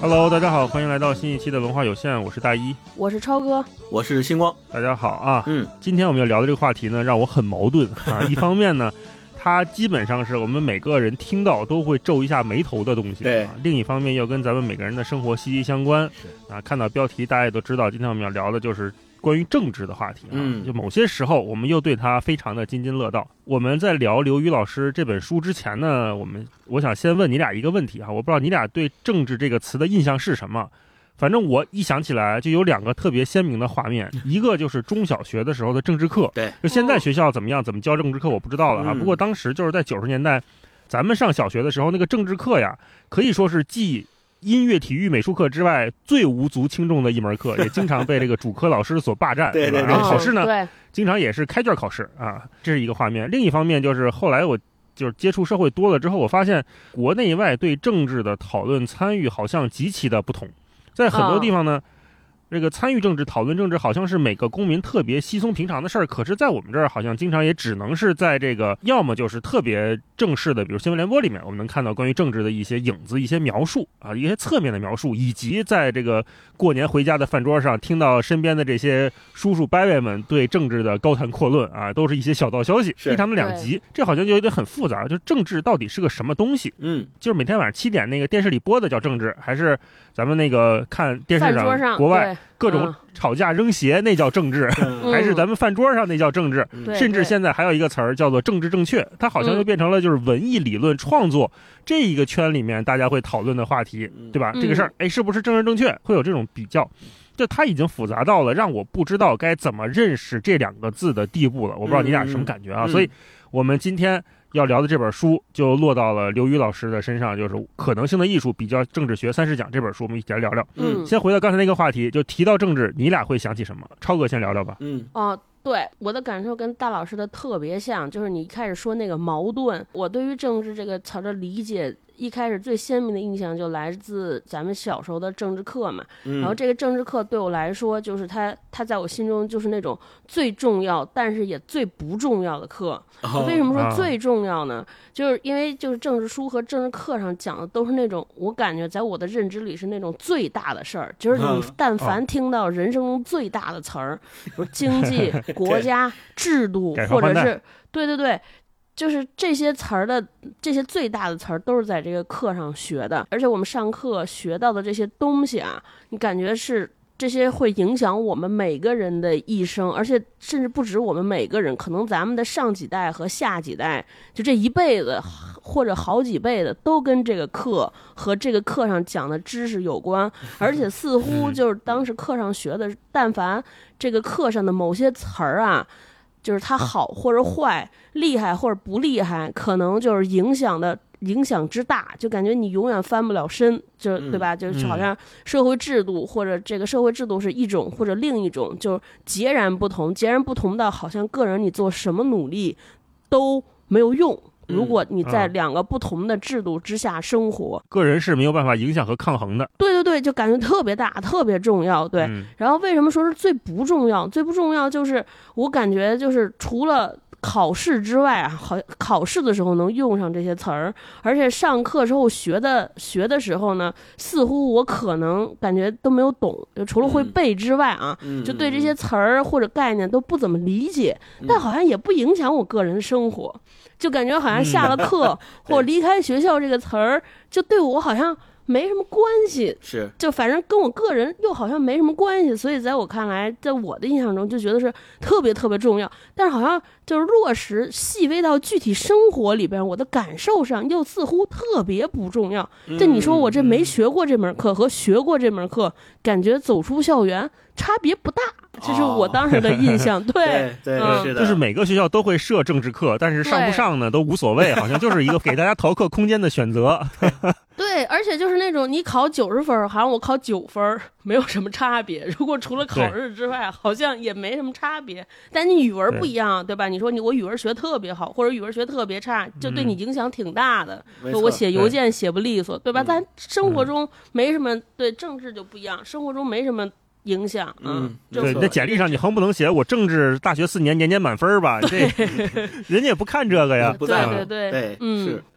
Hello， 大家好，欢迎来到新一期的文化有限，我是大一， 我是超哥， 我是星光。 大家好啊。今天我们要聊的这个话题呢，让我很矛盾啊。一方面呢，它基本上是我们每个人听到都会皱一下眉头的东西， 对啊。另一方面，又跟咱们每个人的生活息息相关啊。看到标题，大家也都知道，今天我们要聊的就是关于政治的话题啊。就某些时候，我们又对它非常的津津乐道。我们在聊刘瑜老师这本书之前呢，我想先问你俩一个问题啊，我不知道你俩对政治这个词的印象是什么。反正我一想起来就有两个特别鲜明的画面，一个就是中小学的时候的政治课， 对， 就现在学校怎么教政治课我不知道了啊。不过当时就是在90年代，咱们上小学的时候，那个政治课呀，可以说是继音乐、体育、美术课之外最无足轻重的一门课，也经常被这个主科老师所霸占。 对， 然后考试呢， 对， 经常也是开卷考试啊，这是一个画面。另一方面就是后来我就是接触社会多了之后，我发现国内外对政治的讨论参与好像极其的不同。在很多地方呢，这个参与政治、讨论政治好像是每个公民特别稀松平常的事儿，可是在我们这儿好像经常也只能是在这个要么就是特别正式的，比如新闻联播里面，我们能看到关于政治的一些影子、一些描述啊，一些侧面的描述，以及在这个过年回家的饭桌上听到身边的这些叔叔伯伯们对政治的高谈阔论啊，都是一些小道消息，非常的两极。这好像就有点很复杂，就政治到底是个什么东西？就是每天晚上7点那个电视里播的叫政治，还是咱们那个看电视上国外各种吵架扔鞋那叫政治，还是咱们饭桌上那叫政治？甚至现在还有一个词儿叫做政治正确，它好像就变成了就是文艺理论创作这一个圈里面大家会讨论的话题，对吧？这个事儿，是不是政治正确？会有这种比较。就它已经复杂到了让我不知道该怎么认识这两个字的地步了。我不知道你俩是什么感觉啊？所以我们今天要聊的这本书就落到了刘瑜老师的身上，就是《可能性的艺术：比较政治学30讲》这本书，我们一起来聊聊。先回到刚才那个话题，就提到政治，你俩会想起什么？超哥先聊聊吧。 对，我的感受跟大老师的特别像，就是你一开始说那个矛盾，我对于政治这个词的理解，一开始最鲜明的印象就来自咱们小时候的政治课嘛。然后这个政治课对我来说，就是它在我心中就是那种最重要，但是也最不重要的课。为什么说最重要呢？就是因为就是政治书和政治课上讲的都是那种，我感觉在我的认知里是那种最大的事儿，就是你但凡听到人生中最大的词儿，比如经济、国家、制度，或者是对。就是这些词儿的这些最大的词儿都是在这个课上学的，而且我们上课学到的这些东西啊，你感觉是这些会影响我们每个人的一生，而且甚至不止我们每个人，可能咱们的上几代和下几代，就这一辈子或者好几辈的都跟这个课和这个课上讲的知识有关，而且似乎就是当时课上学的，但凡这个课上的某些词儿啊，就是它好或者坏，厉害或者不厉害，可能就是影响之大，就感觉你永远翻不了身，就对吧？就是好像社会制度或者这个社会制度是一种或者另一种，就截然不同到好像个人你做什么努力都没有用。如果你在两个不同的制度之下生活， 个人是没有办法影响和抗衡的。 对，就感觉特别大，特别重要。对，然后为什么说是最不重要？最不重要就是我感觉就是除了考试之外啊，考试的时候能用上这些词儿，而且上课之后学的时候呢，似乎我可能感觉都没有懂，就除了会背之外啊，就对这些词儿或者概念都不怎么理解，但好像也不影响我个人生活，就感觉好像下了课或离开学校这个词儿，就对我好像没什么关系， 是就反正跟我个人又好像没什么关系，所以在我看来，在我的印象中就觉得是特别特别重要，但是好像就是落实细微到具体生活里边，我的感受上又似乎特别不重要。这你说我这没学过这门课和学过这门课，感觉走出校园差别不大，这是我当时的印象。 对，是的， 就是每个学校都会设政治课，但是上不上呢都无所谓，好像就是一个给大家逃课空间的选择。 对，而且就是那种你考90分，好像我考9分，没有什么差别。如果除了考试之外，好像也没什么差别。但你语文不一样， 对吧？你说我语文学特别好，或者语文学特别差，就对你影响挺大的。我写邮件写不利索，对吧？但生活中没什么，对政治就不一样，生活中没什么影响。 对，在简历上你横不能写我政治大学4年年年满分吧？这人家也不看这个呀。 不在乎。 对， 是。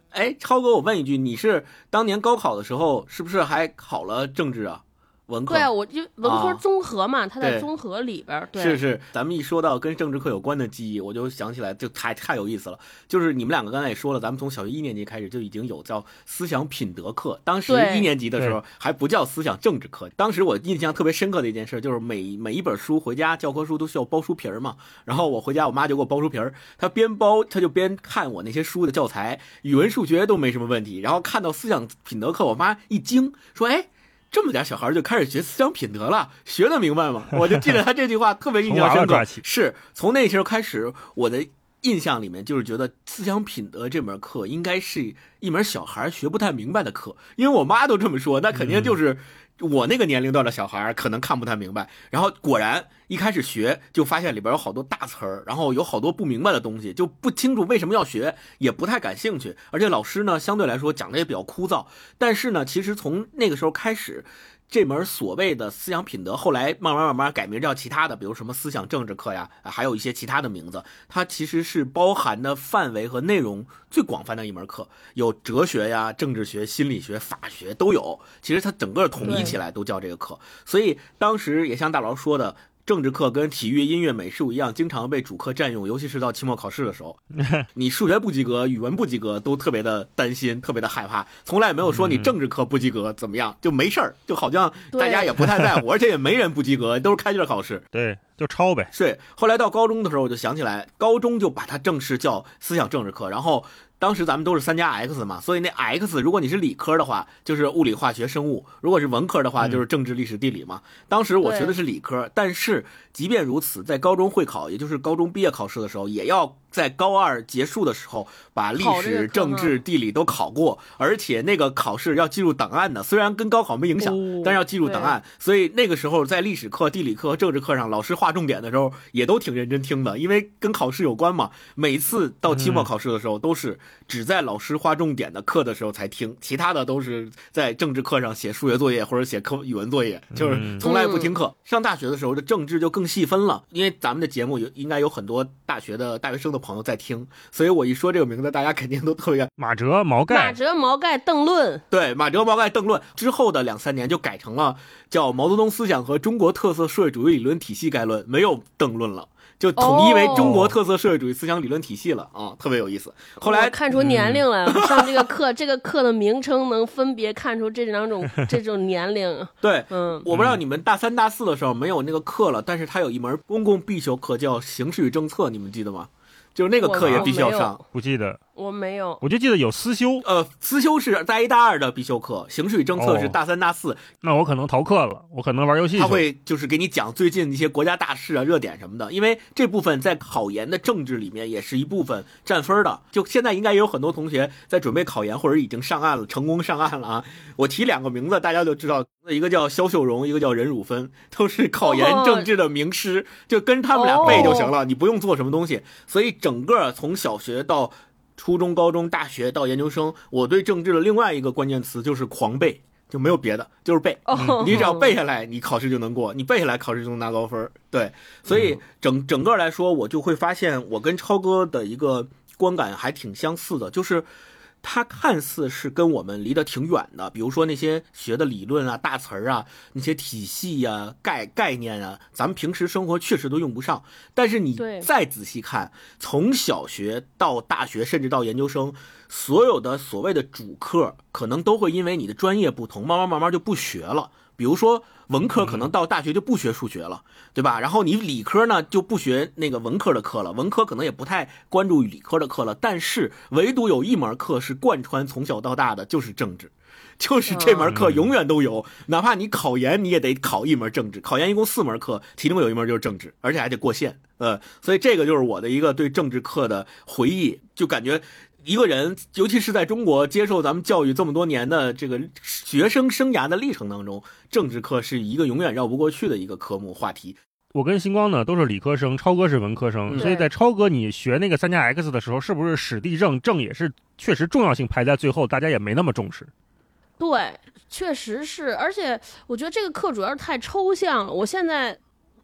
哎，超哥，我问一句，你是当年高考的时候是不是还考了政治啊？文科？ 对啊，我就文科综合嘛，它在综合里边。对， 是，咱们一说到跟政治课有关的记忆，我就想起来，就太有意思了。就是你们两个刚才也说了，咱们从小学1年级开始就已经有叫思想品德课，当时1年级的时候还不叫思想政治课。当时我印象特别深刻的一件事，就是每一本书回家，教科书都需要包书皮嘛。然后我回家，我妈就给我包书皮，她边包她就边看我那些书的教材，语文、数学都没什么问题。然后看到思想品德课，我妈一惊，说：“哎。”这么点小孩就开始学思想品德了，学得明白吗？我就记得他这句话特别印象深刻。是从那时候开始，我的印象里面就是觉得思想品德这门课应该是一门小孩学不太明白的课，因为我妈都这么说，那肯定就是我那个年龄段的小孩可能看不太明白。然后果然一开始学就发现里边有好多大词儿，然后有好多不明白的东西，就不清楚为什么要学，也不太感兴趣。而且老师呢相对来说讲的也比较枯燥。但是呢其实从那个时候开始，这门所谓的思想品德后来慢慢改名叫其他的，比如什么思想政治课呀，还有一些其他的名字。它其实是包含的范围和内容最广泛的一门课，有哲学呀、政治学、心理学、法学都有。其实它整个统一起来都叫这个课。所以当时也像大佬说的，政治课跟体育、音乐、美术一样，经常被主课占用，尤其是到期末考试的时候，你数学不及格、语文不及格，都特别的担心，特别的害怕，从来也没有说你政治课不及格怎么样，就没事儿，就好像大家也不太在乎，而且也没人不及格，都是开卷考试， 对，就抄呗。 是，后来到高中的时候，我就想起来，高中就把它正式叫思想政治课，然后。当时咱们都是3+X 嘛，所以那 X 如果你是理科的话，就是物理、化学、生物；如果是文科的话，就是政治、历史、地理嘛。当时我学的是理科，但是即便如此，在高中会考，也就是高中毕业考试的时候，也要在高2结束的时候把历史、政治、地理都考过，而且那个考试要记录档案的，虽然跟高考没影响，但是要记录档案。所以那个时候在历史课、地理课和政治课上，老师划重点的时候也都挺认真听的，因为跟考试有关嘛。每次到期末考试的时候都是只在老师划重点的课的时候才听，其他的都是在政治课上写数学作业或者写语文作业，就是从来不听课。上大学的时候的政治就更细分了，因为咱们的节目应该有很多大学生的朋友在听，所以我一说这个名字，大家肯定都特别马哲、毛概、 邓论。 对，马哲、毛概、邓论之后的2-3年就改成了叫毛泽东思想和中国特色社会主义理论体系概论，没有邓论了。就统一为中国特色社会主义思想理论体系了啊，特别有意思。后来看出年龄了，上这个课，这个课的名称能分别看出这种年龄。 对，我不知道你们大3、大4的时候没有那个课了，但是它有一门公共必修课叫形势与政策，你们记得吗？就是那个课也必须要上。 不记得， 我没有， 我就记得有思修。 思修是大1、大2的必修课，形势与政策是大3、大4。 那我可能逃课了，我可能玩游戏去。 他会就是给你讲最近一些国家大事啊、热点什么的，因为这部分在考研的政治里面也是一部分占分的。就现在应该也有很多同学在准备考研或者已经上岸了，成功上岸了啊！我提2个名字，大家就知道，一个叫肖秀荣，一个叫任汝芬，都是考研政治的名师，就跟他们俩背就行了，你不用做什么东西。所以整个从小学到初中、高中、大学到研究生，我对政治的另外一个关键词就是狂背，就没有别的，就是背。你只要背下来，你考试就能过；你背下来，考试就能拿高分。对，所以整个来说，我就会发现我跟超哥的一个观感还挺相似的，就是它看似是跟我们离得挺远的，比如说那些学的理论啊、大词儿啊、那些体系啊、概念啊，咱们平时生活确实都用不上。但是你再仔细看，从小学到大学，甚至到研究生，所有的所谓的主课，可能都会因为你的专业不同，慢慢就不学了。比如说文科可能到大学就不学数学了，对吧？然后你理科呢就不学那个文科的课了，文科可能也不太关注理科的课了，但是唯独有一门课是贯穿从小到大的，就是政治。就是这门课永远都有，哪怕你考研你也得考一门政治，考研一共4门课，其中有一门就是政治，而且还得过线。所以这个就是我的一个对政治课的回忆，就感觉一个人，尤其是在中国接受咱们教育这么多年的这个学生生涯的历程当中，政治课是一个永远绕不过去的一个科目话题。 我跟星光呢都是理科生，超哥是文科生，所以在超哥你学那个3+X 的时候，是不是史地政也是确实重要性排在最后，大家也没那么重视？ 对，确实是，而且我觉得这个课主要是太抽象了。我现在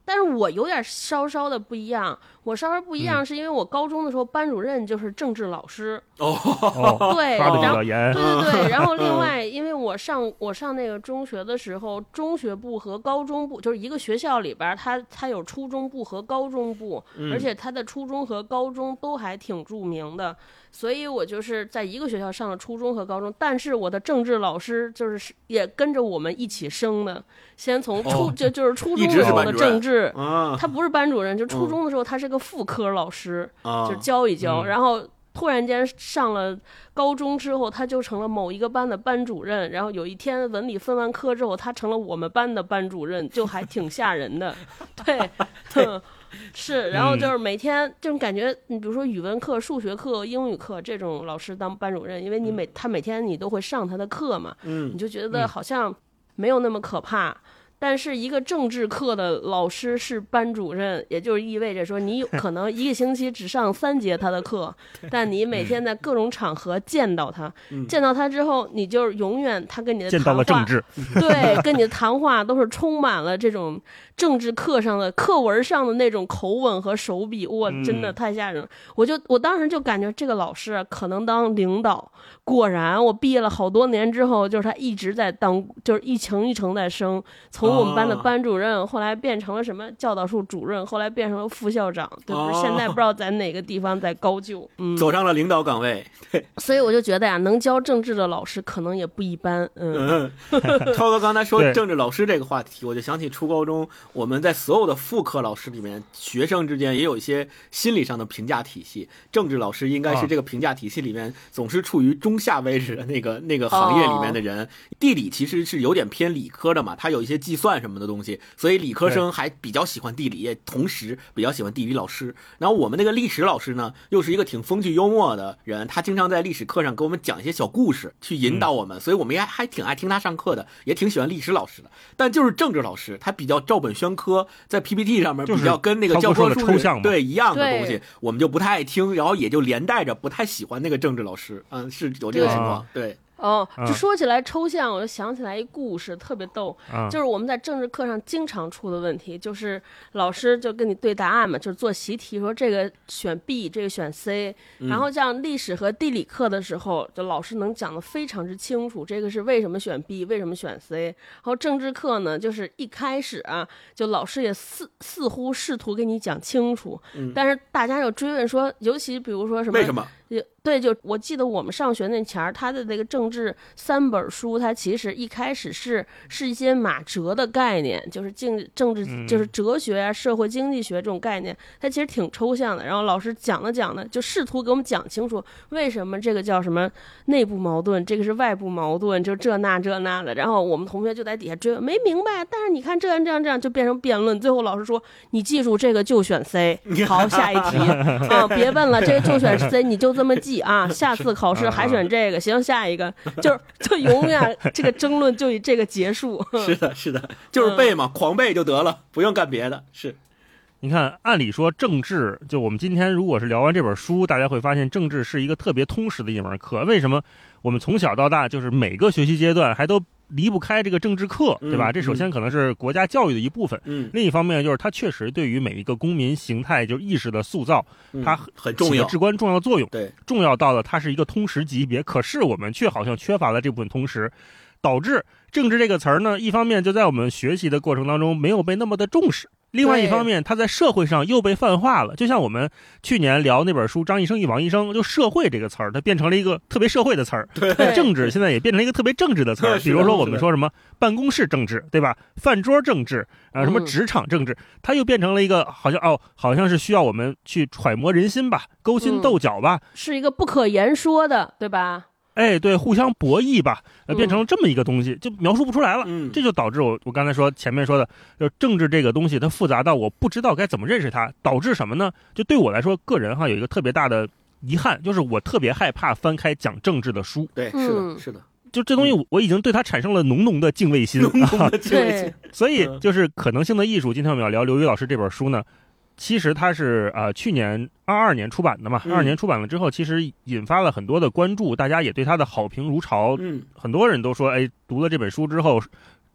但是我有点稍稍的不一样，我稍稍不一样是因为我高中的时候班主任就是政治老师。对， 抓的比然后较严。 对，然后另外，因为我上那个中学的时候，中学部和高中部就是一个学校里边，它有初中部和高中部，而且它的初中和高中都还挺著名的，所以我就是在一个学校上了初中和高中，但是我的政治老师就是也跟着我们一起升的，先从就是初中的时候的政治，他不是班主任，就初中的时候他是个副科老师，就教一教，然后突然间上了高中之后，他就成了某一个班的班主任，然后有一天文理分完科之后，他成了我们班的班主任，就还挺吓人的。对，是，然后就是每天就是感觉，你比如说语文课、数学课、英语课这种老师当班主任，因为他每天你都会上他的课嘛，你就觉得好像没有那么可怕。但是一个政治课的老师是班主任，也就是意味着说你可能一个星期只上3节他的课，但你每天在各种场合见到他，见到他之后，你就永远他跟你的谈话， 见到了政治， 对，跟你的谈话都是充满了这种政治课上的课文上的那种口吻和手笔，哇，真的太吓人了。我当时就感觉这个老师可能当领导，果然我毕业了好多年之后，就是他一直在当，就是一层一层在升，从我们班的班主任，后来变成了什么教导处主任，后来变成了副校长，对不对？现在不知道在哪个地方在高就， 走上了领导岗位。对， 所以我就觉得呀，能教政治的老师可能也不一般。 涛哥刚才说政治老师这个话题，我就想起初高中我们在所有的副科老师里面，学生之间也有一些心理上的评价体系。政治老师应该是这个评价体系里面总是处于中下位置的那个行业里面的人。地理其实是有点偏理科的嘛，它有一些计算什么的东西，所以理科生还比较喜欢地理，也同时比较喜欢地理老师。然后我们那个历史老师呢，又是一个挺风趣幽默的人，他经常在历史课上给我们讲一些小故事，去引导我们，所以我们也还挺爱听他上课的，也挺喜欢历史老师的。但就是政治老师，他比较照本宣科，在 PPT 上面比较跟那个教科书对一样的东西，我们就不太爱听，然后也就连带着不太喜欢那个政治老师。是有这个情况，对。 就说起来抽象，我就想起来一故事，特别逗，就是我们在政治课上经常出的问题，就是老师就跟你对答案嘛，就是做习题，说这个选 B， 这个选 C，然后像历史和地理课的时候，就老师能讲得非常之清楚，这个是为什么选 B， 为什么选 C。然后政治课呢，就是一开始就老师也似乎试图给你讲清楚，但是大家又追问说，尤其比如说什么为什么。对，就我记得我们上学那前儿，他的那个政治3本书，它其实一开始是一些马哲的概念，就是政治就是哲学啊、社会经济学这种概念，它其实挺抽象的。然后老师讲了，就试图给我们讲清楚为什么这个叫什么内部矛盾，这个是外部矛盾，就这那的。然后我们同学就在底下追问，没明白，但是你看这样就变成辩论。最后老师说，你记住这个就选 C， 好，下一题别问了，这个就选 C， 你就这么记啊，下次考试还选这个，行，下一个就永远这个争论就以这个结束。 是的，就是背嘛，狂背就得了，不用干别的。是， 你看，按理说政治，就我们今天如果是聊完这本书，大家会发现政治是一个特别通识的一门课。为什么我们从小到大就是每个学习阶段还都离不开这个政治课，对吧？这首先可能是国家教育的一部分。另一方面就是它确实对于每一个公民形态就意识的塑造，它很重要， 至关重要的作用。 对， 重要到了它是一个通识级别，可是我们却好像缺乏了这部分通识，导致政治这个词儿呢，一方面就在我们学习的过程当中没有被那么的重视。另外一方面，它在社会上又被泛化了。就像我们去年聊那本书《张医生与王医生》，就社会这个词儿，它变成了一个特别社会的词儿。 对， 政治现在也变成一个特别政治的词儿。比如说我们说什么办公室政治，对吧？饭桌政治什么职场政治，它又变成了一个好像是需要我们去揣摩人心吧，勾心斗角吧， 是一个不可言说的，对吧？ 对，互相博弈吧，变成了这么一个东西，就描述不出来了。这就导致我刚才说前面说的，就政治这个东西它复杂到我不知道该怎么认识它，导致什么呢？就对我来说，个人有一个特别大的遗憾，就是我特别害怕翻开讲政治的书。 对，是的。 就这东西，我已经对它产生了浓浓的敬畏心。 对， 所以就是可能性的艺术。今天我们要聊刘瑜老师这本书呢。其实它是去年22年出版的嘛，22年出版了之后，其实引发了很多的关注，大家也对它的好评如潮。很多人都说，读了这本书之后，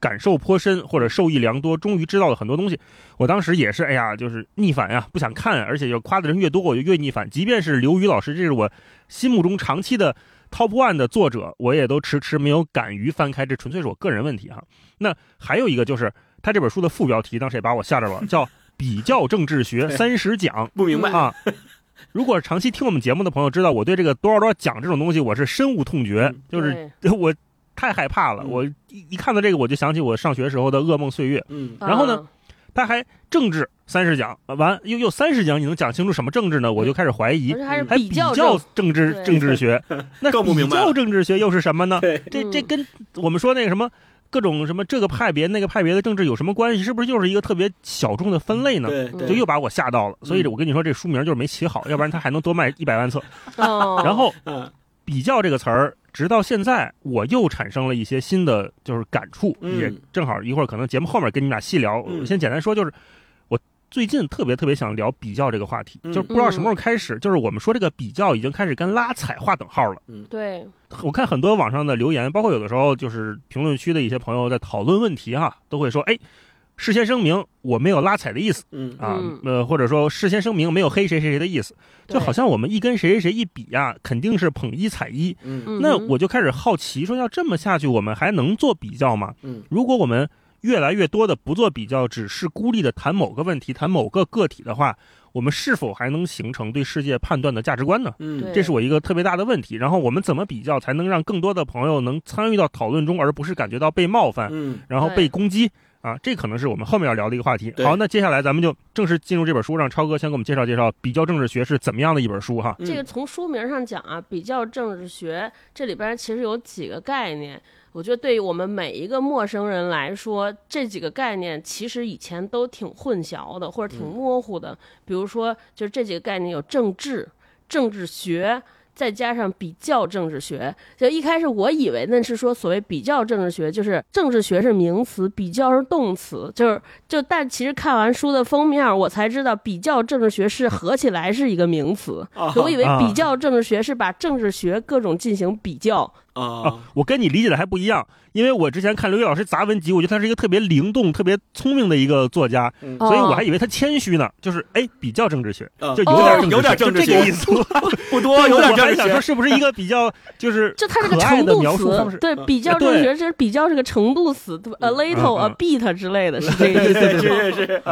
感受颇深或者受益良多，终于知道了很多东西。我当时也是，哎呀，就是逆反呀，不想看，而且就夸的人越多，我就越逆反。即便是刘瑜老师，这是我心目中长期的 Top One 的作者，我也都迟迟没有敢于翻开，这纯粹是我个人问题哈。那还有一个就是他这本书的副标题，当时也把我吓着了，叫《比较政治学30讲》。 不明白啊。如果长期听我们节目的朋友知道，我对这个多少讲这种东西我是深恶痛绝，就是我太害怕了。我一看到这个，我就想起我上学时候的噩梦岁月。然后呢，他还政治30讲，完又30讲，你能讲清楚什么政治呢？我就开始怀疑， 还比较政治学，那比较政治学又是什么呢？这跟我们说那个什么各种什么这个派别那个派别的政治有什么关系？是不是就是一个特别小众的分类呢？就又把我吓到了。所以我跟你说，这书名就是没起好，要不然他还能多卖100万册。然后比较这个词儿，直到现在我又产生了一些新的就是感触，也正好一会儿可能节目后面跟你们俩细聊。先简单说，就是我最近特别想聊比较这个话题，就是不知道什么时候开始，就是我们说这个比较已经开始跟拉踩划等号了。 对， 我看很多网上的留言，包括有的时候就是评论区的一些朋友在讨论问题哈，都会说，哎，事先声明我没有拉踩的意思，或者说事先声明没有黑谁的意思，就好像我们一跟谁一比呀，肯定是捧一踩一。那我就开始好奇，说要这么下去，我们还能做比较吗？如果我们越来越多的不做比较，只是孤立的谈某个问题，谈某个个体的话，我们是否还能形成对世界判断的价值观呢？这是我一个特别大的问题。然后我们怎么比较才能让更多的朋友能参与到讨论中，而不是感觉到被冒犯，然后被攻击啊？这可能是我们后面要聊的一个话题。好，那接下来咱们就正式进入这本书，让超哥先给我们介绍介绍比较政治学是怎么样的一本书哈。 这个从书名上讲啊，比较政治学这里边其实有几个概念。我觉得对于我们每一个陌生人来说，这几个概念其实以前都挺混淆的，或者挺模糊的。比如说，就是这几个概念有政治、政治学，再加上比较政治学。就一开始我以为那是说所谓比较政治学，就是政治学是名词，比较是动词，但其实看完书的封面，我才知道比较政治学是合起来是一个名词。我以为比较政治学是把政治学各种进行比较。 我跟你理解的还不一样，因为我之前看刘瑜老师杂文集，我觉得他是一个特别灵动、特别聪明的一个作家，所以我还以为他谦虚呢，就是比较政治学，就有点政治学，这个意思，不多，有点政治学。我还想说是不是一个比较就是它是个程度词，对，比较政治学是比较这个程度词 ，a little a bit 之类的，是这个意思， 是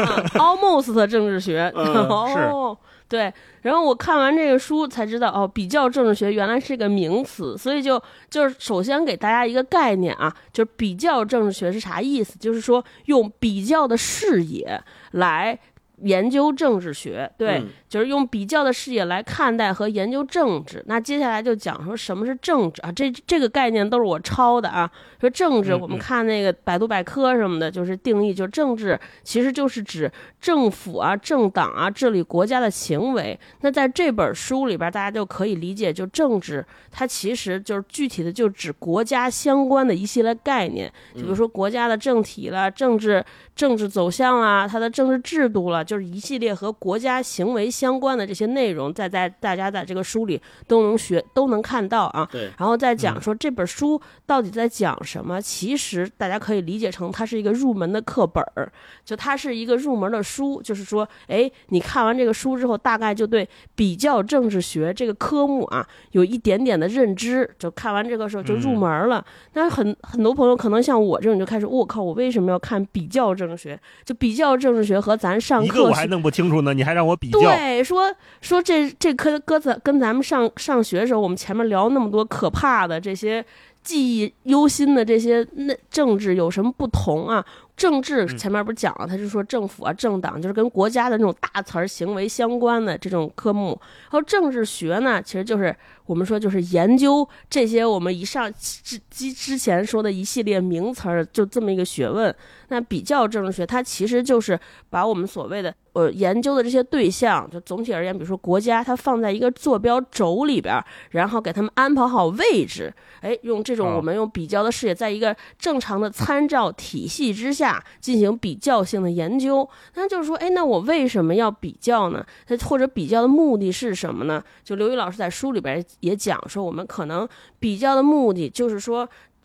almost 政治学，对，然后我看完这个书才知道，比较政治学原来是个名词，所以就是首先给大家一个概念啊，就是比较政治学是啥意思？就是说用比较的视野来研究政治学，对，就是用比较的视野来看待和研究政治。那接下来就讲说什么是政治啊？这个概念都是我抄的啊。说政治，我们看那个百度百科什么的，就是定义，就政治其实就是指政府啊、政党啊治理国家的行为。那在这本书里边，大家就可以理解，就政治它其实就是具体的就指国家相关的一系列概念，就比如说国家的政体了、政治走向啊、它的政治制度了，就是一系列和国家行为相关的这些内容，在大家在这个书里都能看到啊。 对， 然后再讲说这本书到底在讲什么，其实大家可以理解成它是一个入门的课本，就它是一个入门的书，就是说，你看完这个书之后，大概就对比较政治学这个科目啊有一点点的认知，就看完这个时候就入门了。但是很多朋友可能像我这种就开始，我靠，我为什么要看比较政治学？就比较政治学和咱上课一个我还弄不清楚呢，你还让我比较？ 对，说这科跟咱们上学的时候，我们前面聊那么多可怕的这些记忆忧心的这些政治有什么不同啊？政治前面不是讲了，他就说政府啊、政党就是跟国家的那种大词儿行为相关的这种科目。然后政治学呢，其实就是我们说就是研究这些我们之前说的一系列名词儿，就这么一个学问。那比较政治学它其实就是把我们所谓的研究的这些对象，就总体而言，比如说国家，它放在一个坐标轴里边，然后给他们安排好位置，用这种我们用比较的视野，在一个正常的参照体系之下进行比较性的研究。那就是说，那我为什么要比较呢？或者比较的目的是什么呢？就刘瑜老师在书里边也讲说，我们可能比较的目的就是说，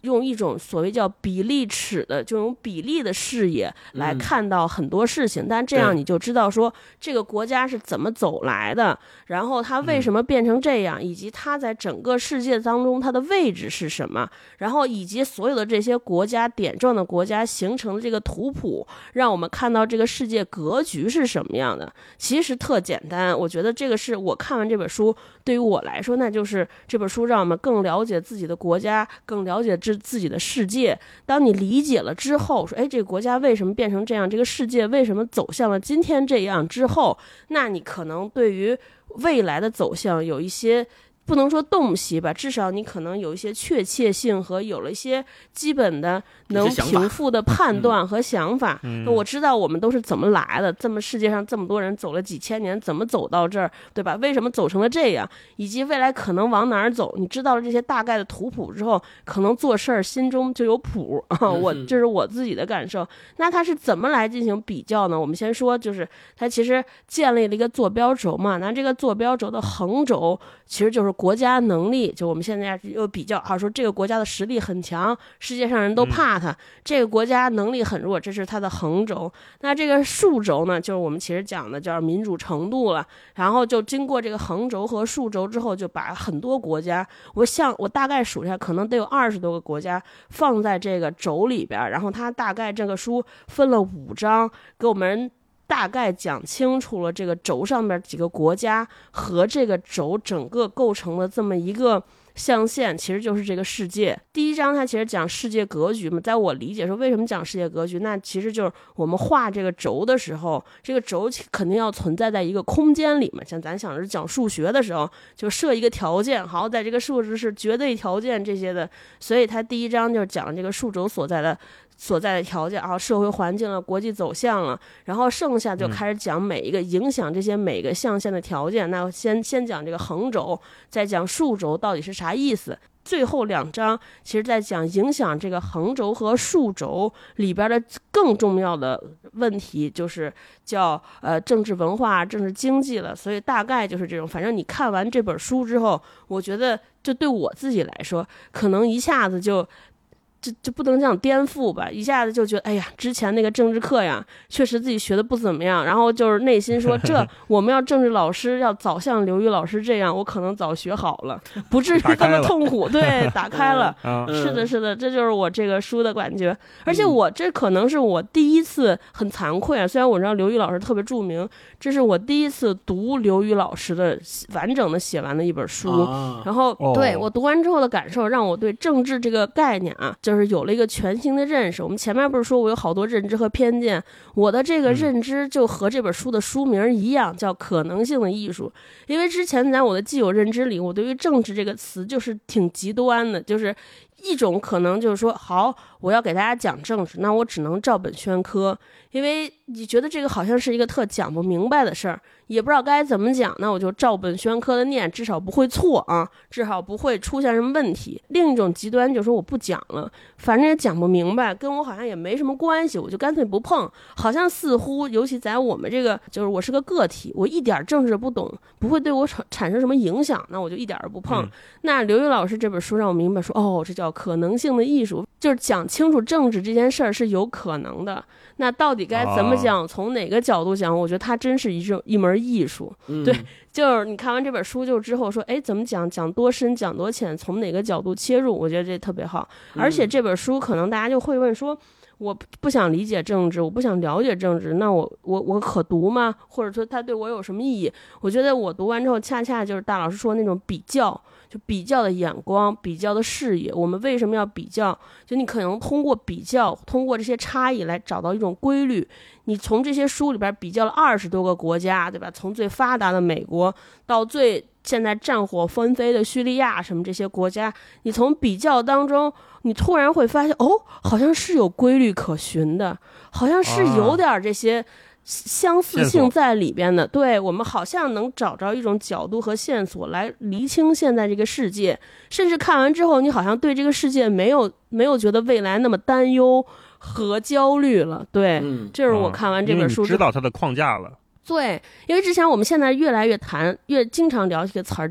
用一种所谓叫比例尺的这种比例的视野来看到很多事情，但这样你就知道说这个国家是怎么走来的，然后它为什么变成这样，以及它在整个世界当中它的位置是什么，然后以及所有的这些国家点状的国家形成的这个图谱，让我们看到这个世界格局是什么样的。其实特简单，我觉得这个是我看完这本书对于我来说，那就是这本书让我们更了解自己的国家，更了解自己的世界。当你理解了之后，说这个国家为什么变成这样，这个世界为什么走向了今天这样之后，那你可能对于未来的走向有一些不能说洞悉吧，至少你可能有一些确切性和有了一些基本的能平复的判断和想法。我知道我们都是怎么来的，这么世界上这么多人走了几千年，怎么走到这儿，对吧？为什么走成了这样，以及未来可能往哪儿走。你知道了这些大概的图谱之后，可能做事儿心中就有谱啊。这是我自己的感受。那它是怎么来进行比较呢？我们先说，就是它其实建立了一个坐标轴嘛。那这个坐标轴的横轴其实就是国家能力，就我们现在又比较说这个国家的实力很强，世界上人都怕他，这个国家能力很弱，这是它的横轴。那这个竖轴呢，就是我们其实讲的叫民主程度了。然后就经过这个横轴和竖轴之后，就把很多国家，我大概数一下，可能得有20多个国家放在这个轴里边。然后它大概这个书分了5章，给我们大概讲清楚了这个轴上面几个国家和这个轴整个构成的这么一个象限，其实就是这个世界。第一章它其实讲世界格局嘛，在我理解说为什么讲世界格局，那其实就是我们画这个轴的时候，这个轴肯定要存在在一个空间里嘛。像咱想着讲数学的时候，就设一个条件，好，在这个数值是绝对条件这些的，所以它第一章就讲这个数轴所在的条件啊，社会环境了，国际走向了，然后剩下就开始讲每一个影响这些每个象限的条件。那先讲这个横轴，再讲竖轴到底是啥意思。最后2章其实在讲影响这个横轴和竖轴里边的更重要的问题，就是叫政治文化、政治经济了。所以大概就是这种，反正你看完这本书之后，我觉得就对我自己来说，可能一下子就不能讲颠覆吧，一下子就觉得，哎呀，之前那个政治课呀，确实自己学的不怎么样，然后就是内心说，这我们要政治老师要早像刘瑜老师这样，我可能早学好了，不至于这么痛苦。对，打开了。是的，是的，这就是我这个书的感觉。而且我这可能是我第一次，很惭愧啊，虽然我知道刘瑜老师特别著名，这是我第一次读刘瑜老师的完整的写完的一本书。然后对我读完之后的感受，让我对政治这个概念啊，就是有了一个全新的认识。我们前面不是说我有好多认知和偏见，我的这个认知就和这本书的书名一样，叫可能性的艺术。因为之前在我的既有认知里，我对于政治这个词就是挺极端的，就是一种可能就是说，好，我要给大家讲政治，那我只能照本宣科，因为你觉得这个好像是一个特讲不明白的事儿，也不知道该怎么讲，那我就照本宣科的念，至少不会错啊，至少不会出现什么问题。另一种极端就是说我不讲了，反正也讲不明白，跟我好像也没什么关系，我就干脆不碰。好像似乎尤其在我们这个，就是我是个个体，我一点政治不懂，不会对我产生什么影响，那我就一点儿不碰。那刘瑜老师这本书让我明白说，这叫可能性的艺术，就是讲清楚政治这件事儿是有可能的。那到底该怎么讲，从哪个角度讲，我觉得它真是一门艺术。对，就是你看完这本书就之后说，怎么讲多深讲多浅，从哪个角度切入，我觉得这特别好。而且这本书可能大家就会问说，我不想理解政治，我不想了解政治，那我可读吗？或者说它对我有什么意义？我觉得我读完之后，恰恰就是大老师说那种比较，就比较的眼光，比较的视野。我们为什么要比较？就你可能通过比较，通过这些差异来找到一种规律。你从这些书里边比较了20多个国家，对吧？从最发达的美国到最现在战火纷飞的叙利亚什么这些国家，你从比较当中，你突然会发现，好像是有规律可循的，好像是有点这些相似性在里边的。对，我们好像能找着一种角度和线索来厘清现在这个世界，甚至看完之后，你好像对这个世界没有觉得未来那么担忧和焦虑了。对，这是我看完这本书知道它的框架了。 对，因为之前我们现在越来越经常聊这个词儿，就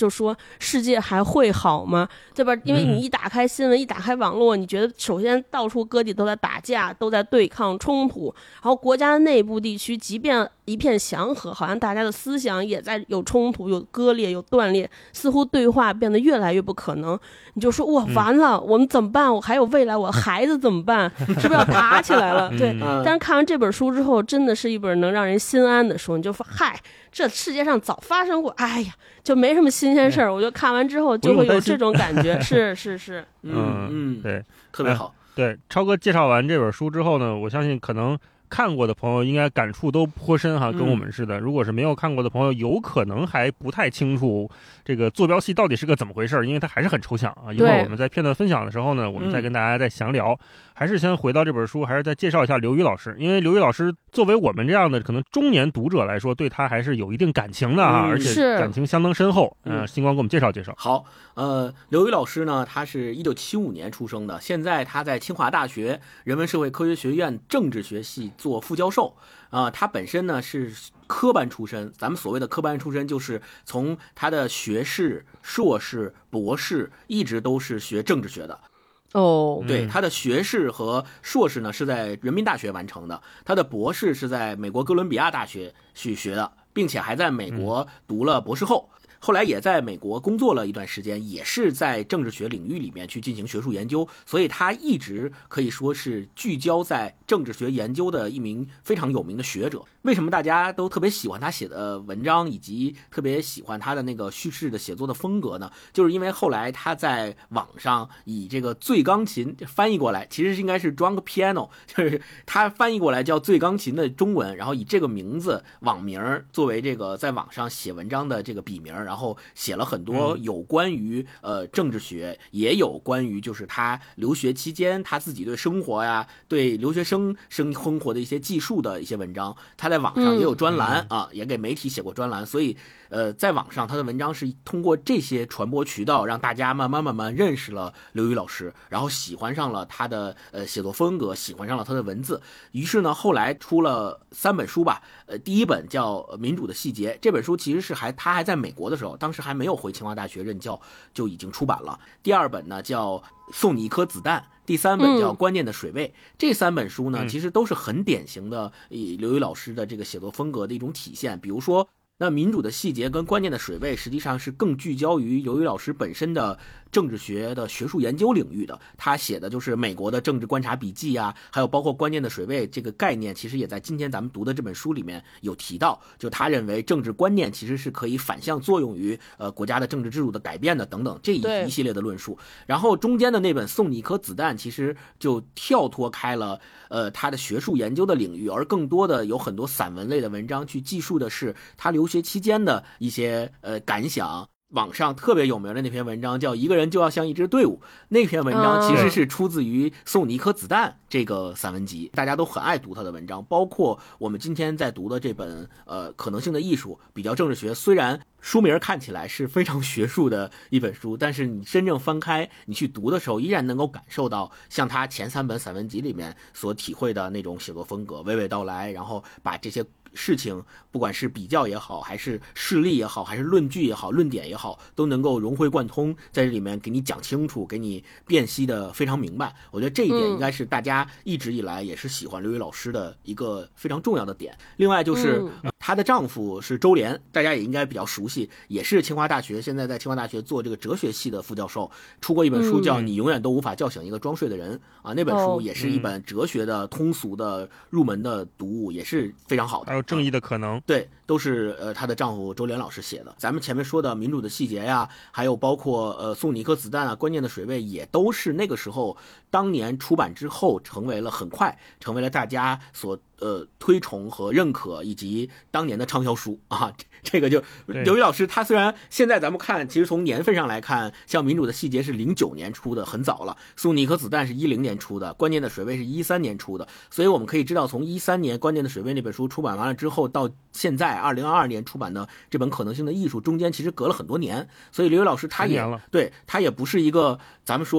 就说世界还会好吗？对吧？因为你一打开新闻，一打开网络，你觉得首先到处各地都在打架，都在对抗冲突，然后国家的内部地区即便一片祥和，好像大家的思想也在有冲突、有割裂、有断裂，似乎对话变得越来越不可能。你就说哇，完了，我们怎么办？我还有未来，我孩子怎么办？是不是要打起来了？对。但是看完这本书之后，真的是一本能让人心安的书。你就说嗨，这世界上早发生过，哎呀，就没什么新鲜事儿。我就看完之后就会有这种感觉，是， 对，特别好。 对，超哥介绍完这本书之后呢，我相信可能看过的朋友应该感触都颇深哈，跟我们似的。如果是没有看过的朋友，有可能还不太清楚这个坐标系到底是个怎么回事，因为它还是很抽象啊。一会儿我们在片段分享的时候呢，我们再跟大家再详聊。还是先回到这本书，还是再介绍一下刘瑜老师，因为刘瑜老师作为我们这样的可能中年读者来说，对他还是有一定感情的啊，而且感情相当深厚。星光给我们介绍介绍。 好，刘瑜老师呢，他是1975年出生的，现在他在清华大学人文社会科学学院政治学系做副教授。他本身呢是科班出身，咱们所谓的科班出身，就是从他的学士、硕士、博士一直都是学政治学的。对，他的学士和硕士呢是在人民大学完成的，他的博士是在美国哥伦比亚大学去学的，并且还在美国读了博士后。后来也在美国工作了一段时间，也是在政治学领域里面去进行学术研究，所以他一直可以说是聚焦在政治学研究的一名非常有名的学者。为什么大家都特别喜欢他写的文章，以及特别喜欢他的那个叙事的写作的风格呢？就是因为后来他在网上以这个最钢琴翻译过来，其实应该是 drunk piano， 就是他翻译过来叫最钢琴的中文，然后以这个名字网名作为这个在网上写文章的这个笔名，然后写了很多有关于政治学，也有关于就是他留学期间他自己对生活呀、对留学生生活的一些记述的一些文章。他在网上也有专栏啊，也给媒体写过专栏，所以在网上他的文章是通过这些传播渠道，让大家慢慢认识了刘瑜老师，然后喜欢上了他的写作风格，喜欢上了他的文字。于是呢，后来出了3本书吧，第一本叫《民主的细节》，这本书其实是他还在美国的时候，当时还没有回清华大学任教就已经出版了。第2本呢叫《送你一颗子弹》，第3本叫《关键的水位》。这3本书呢，其实都是很典型的刘瑜老师的这个写作风格的一种体现。比如说，那民主的细节跟关键的水位实际上是更聚焦于刘瑜老师本身的政治学的学术研究领域的。他写的就是美国的政治观察笔记啊，还有包括关键的水位这个概念，其实也在今天咱们读的这本书里面有提到。就他认为政治观念其实是可以反向作用于国家的政治制度的改变的等等这一系列的论述。然后中间的那本送你一颗子弹，其实就跳脱开了他的学术研究的领域，而更多的有很多散文类的文章去记述的是他留学期间的一些感想。网上特别有名的那篇文章叫《一个人就要像一支队伍》，那篇文章其实是出自于《送你一颗子弹》这个散文集，大家都很爱读他的文章。包括我们今天在读的这本可能性的艺术比较政治学，虽然书名看起来是非常学术的一本书，但是你真正翻开你去读的时候，依然能够感受到像他前3本散文集里面所体会的那种写作风格，娓娓道来，然后把这些事情不管是比较也好，还是事例也好，还是论据也好，论点也好，都能够融会贯通，在这里面给你讲清楚，给你辨析的非常明白。我觉得这一点应该是大家一直以来也是喜欢刘瑜老师的一个非常重要的点。另外就是她的丈夫是周濂，大家也应该比较熟悉，也是清华大学，现在在清华大学做这个哲学系的副教授，出过一本书叫《你永远都无法叫醒一个装睡的人》啊，那本书也是一本哲学的通俗的入门的读物，也是非常好的。 还有正义的可能， 对，都是她的丈夫周濂老师写的。咱们前面说的民主的细节呀，还有包括送你一颗子弹啊，关键的水位，也都是那个时候当年出版之后很快成为了大家所推崇和认可，以及当年的畅销书啊。这个就刘瑜老师他虽然现在咱们看，其实从年份上来看，像民主的细节是09年出的，很早了，送你一颗子弹是10年出的，关键的水位是13年出的。所以我们可以知道，从13年关键的水位那本书出版完了之后，到现在2022年出版的这本可能性的艺术，中间其实隔了很多年。所以刘瑜老师他也不是一个咱们说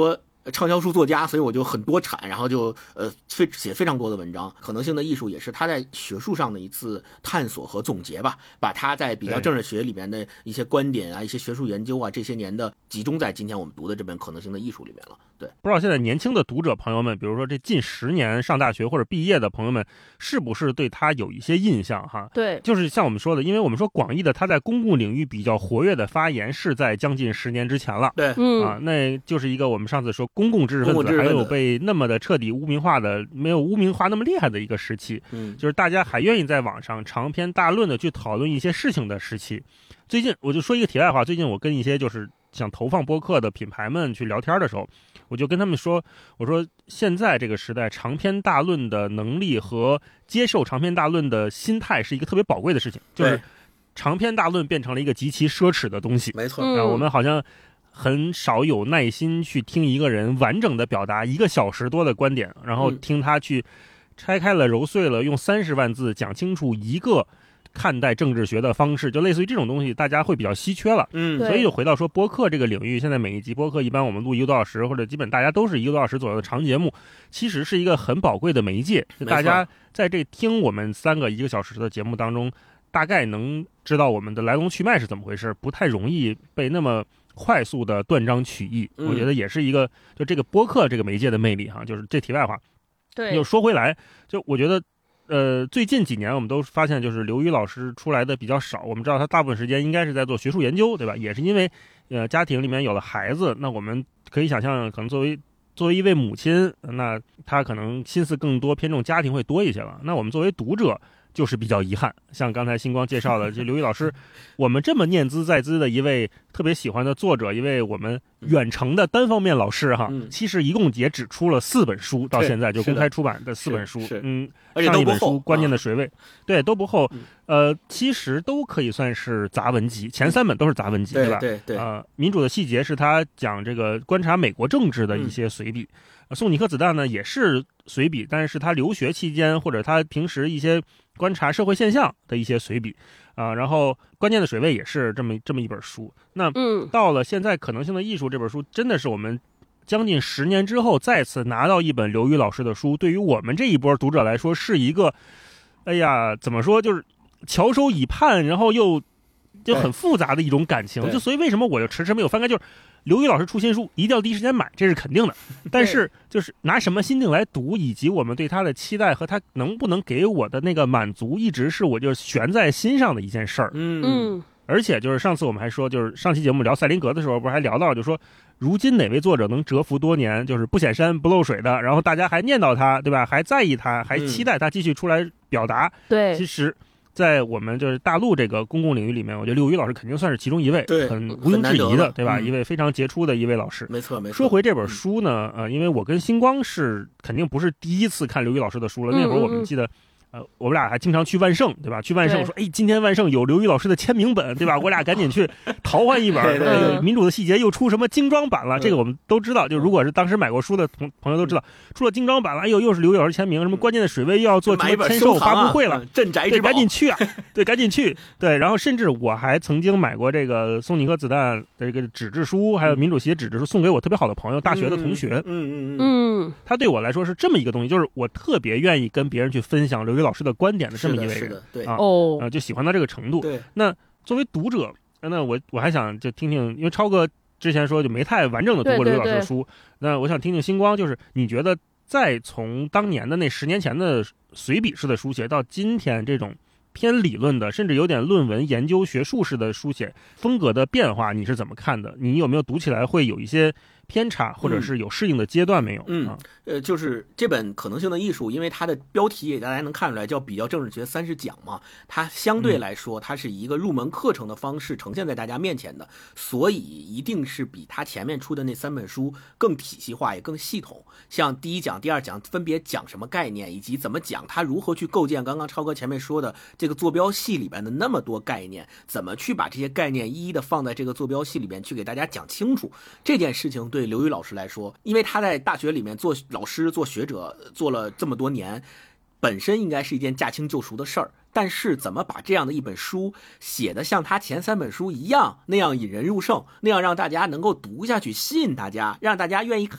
畅销书作家，所以我就很多产，然后就写非常多的文章。可能性的艺术也是他在学术上的一次探索和总结吧，把他在比较政治学里面的一些观点啊、一些学术研究啊，这些年的集中在今天我们读的这本可能性的艺术里面了。对， 不知道现在年轻的读者朋友们，比如说这近10年上大学或者毕业的朋友们，是不是对他有一些印象哈？ 对， 就是像我们说的，因为我们说广义的他在公共领域比较活跃的发言是在将近10年之前了。 对， 啊，那就是一个我们上次说公共知识分子还有被那么的彻底污名化的，没有污名化那么厉害的一个时期。就是大家还愿意在网上长篇大论的去讨论一些事情的时期。最近我就说一个题外话，最近我跟一些就是想投放播客的品牌们去聊天的时候，我就跟他们说，我说现在这个时代长篇大论的能力和接受长篇大论的心态是一个特别宝贵的事情，就是长篇大论变成了一个极其奢侈的东西。 没错， 我们好像很少有耐心去听一个人完整的表达1个小时多的观点，然后听他去拆开了揉碎了，用30万字讲清楚一个看待政治学的方式，就类似于这种东西大家会比较稀缺了。所以就回到说播客这个领域，现在每一集播客一般我们录1个多小时，或者基本大家都是1个多小时左右的长节目，其实是一个很宝贵的媒介。大家在这听我们3个1个小时的节目当中，大概能知道我们的来龙去脉是怎么回事，不太容易被那么快速的断章取义。我觉得也是一个就这个播客这个媒介的魅力哈。就是这题外话。 对， 又说回来，就我觉得最近几年我们都发现，就是刘瑜老师出来的比较少。我们知道他大部分时间应该是在做学术研究，对吧？也是因为家庭里面有了孩子，那我们可以想象，可能作为一位母亲，那他可能心思更多偏重家庭会多一些了。那我们作为读者就是比较遗憾，像刚才星光介绍的，就刘瑜老师，我们这么念兹在兹的一位特别喜欢的作者，一位我们远程的单方面老师哈，其实一共也只出了4本书，到现在就公开出版的4本书， 而且都不厚， 上一本书《关键的水位》，对，都不厚，其实都可以算是杂文集，前3本都是杂文集， 对吧？ 对， 民主的细节是他讲这个观察美国政治的一些随笔，送你颗子弹呢也是随笔，但是他留学期间或者他平时一些观察社会现象的一些随笔然后关键的水位也是这么一本书。那到了现在可能性的艺术这本书，真的是我们将近10年之后再次拿到一本刘瑜老师的书，对于我们这一波读者来说是一个哎呀怎么说，就是翘首以盼，然后又就很复杂的一种感情。就所以为什么我就迟迟没有翻开，就是刘瑜老师出新书一定要第一时间买，这是肯定的。但是就是拿什么心境来读，以及我们对他的期待和他能不能给我的那个满足，一直是我就悬在心上的一件事儿。而且就是上次我们还说，就是上期节目聊赛林格的时候，不是还聊到，就说如今哪位作者能蛰伏多年，就是不显山不漏水的，然后大家还念叨他，对吧？还在意他，还期待他继续出来表达。 对， 其实在我们就是大陆这个公共领域里面，我觉得刘瑜老师肯定算是其中一位，很毋庸置疑的，对吧？一位非常杰出的一位老师。 没错。 说回这本书呢，因为我跟星光是肯定不是第一次看刘瑜老师的书了，那会儿我们记得。我们俩还经常去万盛，对吧？去万盛说，哎，今天万盛有刘瑜老师的签名本，对吧？我俩赶紧去淘换一本。民主的细节又出什么精装版了？这个我们都知道。就如果是当时买过书的朋友都知道，出了精装版了，哎呦，又是刘瑜老师签名，什么关键的水位又要做什么签售发布会了， 镇宅之宝， 赶紧去啊！对，赶紧去。对，然后甚至我还曾经买过这个送你颗子弹的这个纸质书，还有民主细节纸质书，送给我特别好的朋友，大学的同学。他对我来说是这么一个东西，就是我特别愿意跟别人去分享刘瑜老师的观点的这么一位人， 对就喜欢到这个程度。 对， 那作为读者，那我还想就听听，因为超哥之前说就没太完整的读过刘瑜老师的书，那我想听听星光，就是你觉得再从当年的那10年前的随笔式的书写到今天这种偏理论的，甚至有点论文研究学术式的书写风格的变化，你是怎么看的？你有没有读起来会有一些偏差，或者是有适应的阶段没有？ 就是这本可能性的艺术，因为它的标题也大家能看出来叫比较政治学30讲嘛，它相对来说它是以一个入门课程的方式呈现在大家面前的，所以一定是比它前面出的那3本书更体系化也更系统。像第1讲第2讲分别讲什么概念，以及怎么讲它如何去构建刚刚超哥前面说的这个坐标系里边的那么多概念，怎么去把这些概念一一的放在这个坐标系里边去给大家讲清楚。这件事情对刘瑜老师来说，因为他在大学里面做老师做学者做了这么多年，本身应该是一件驾轻就熟的事儿，但是怎么把这样的一本书写得像他前3本书一样，那样引人入胜，那样让大家能够读下去，吸引大家，让大家愿意看，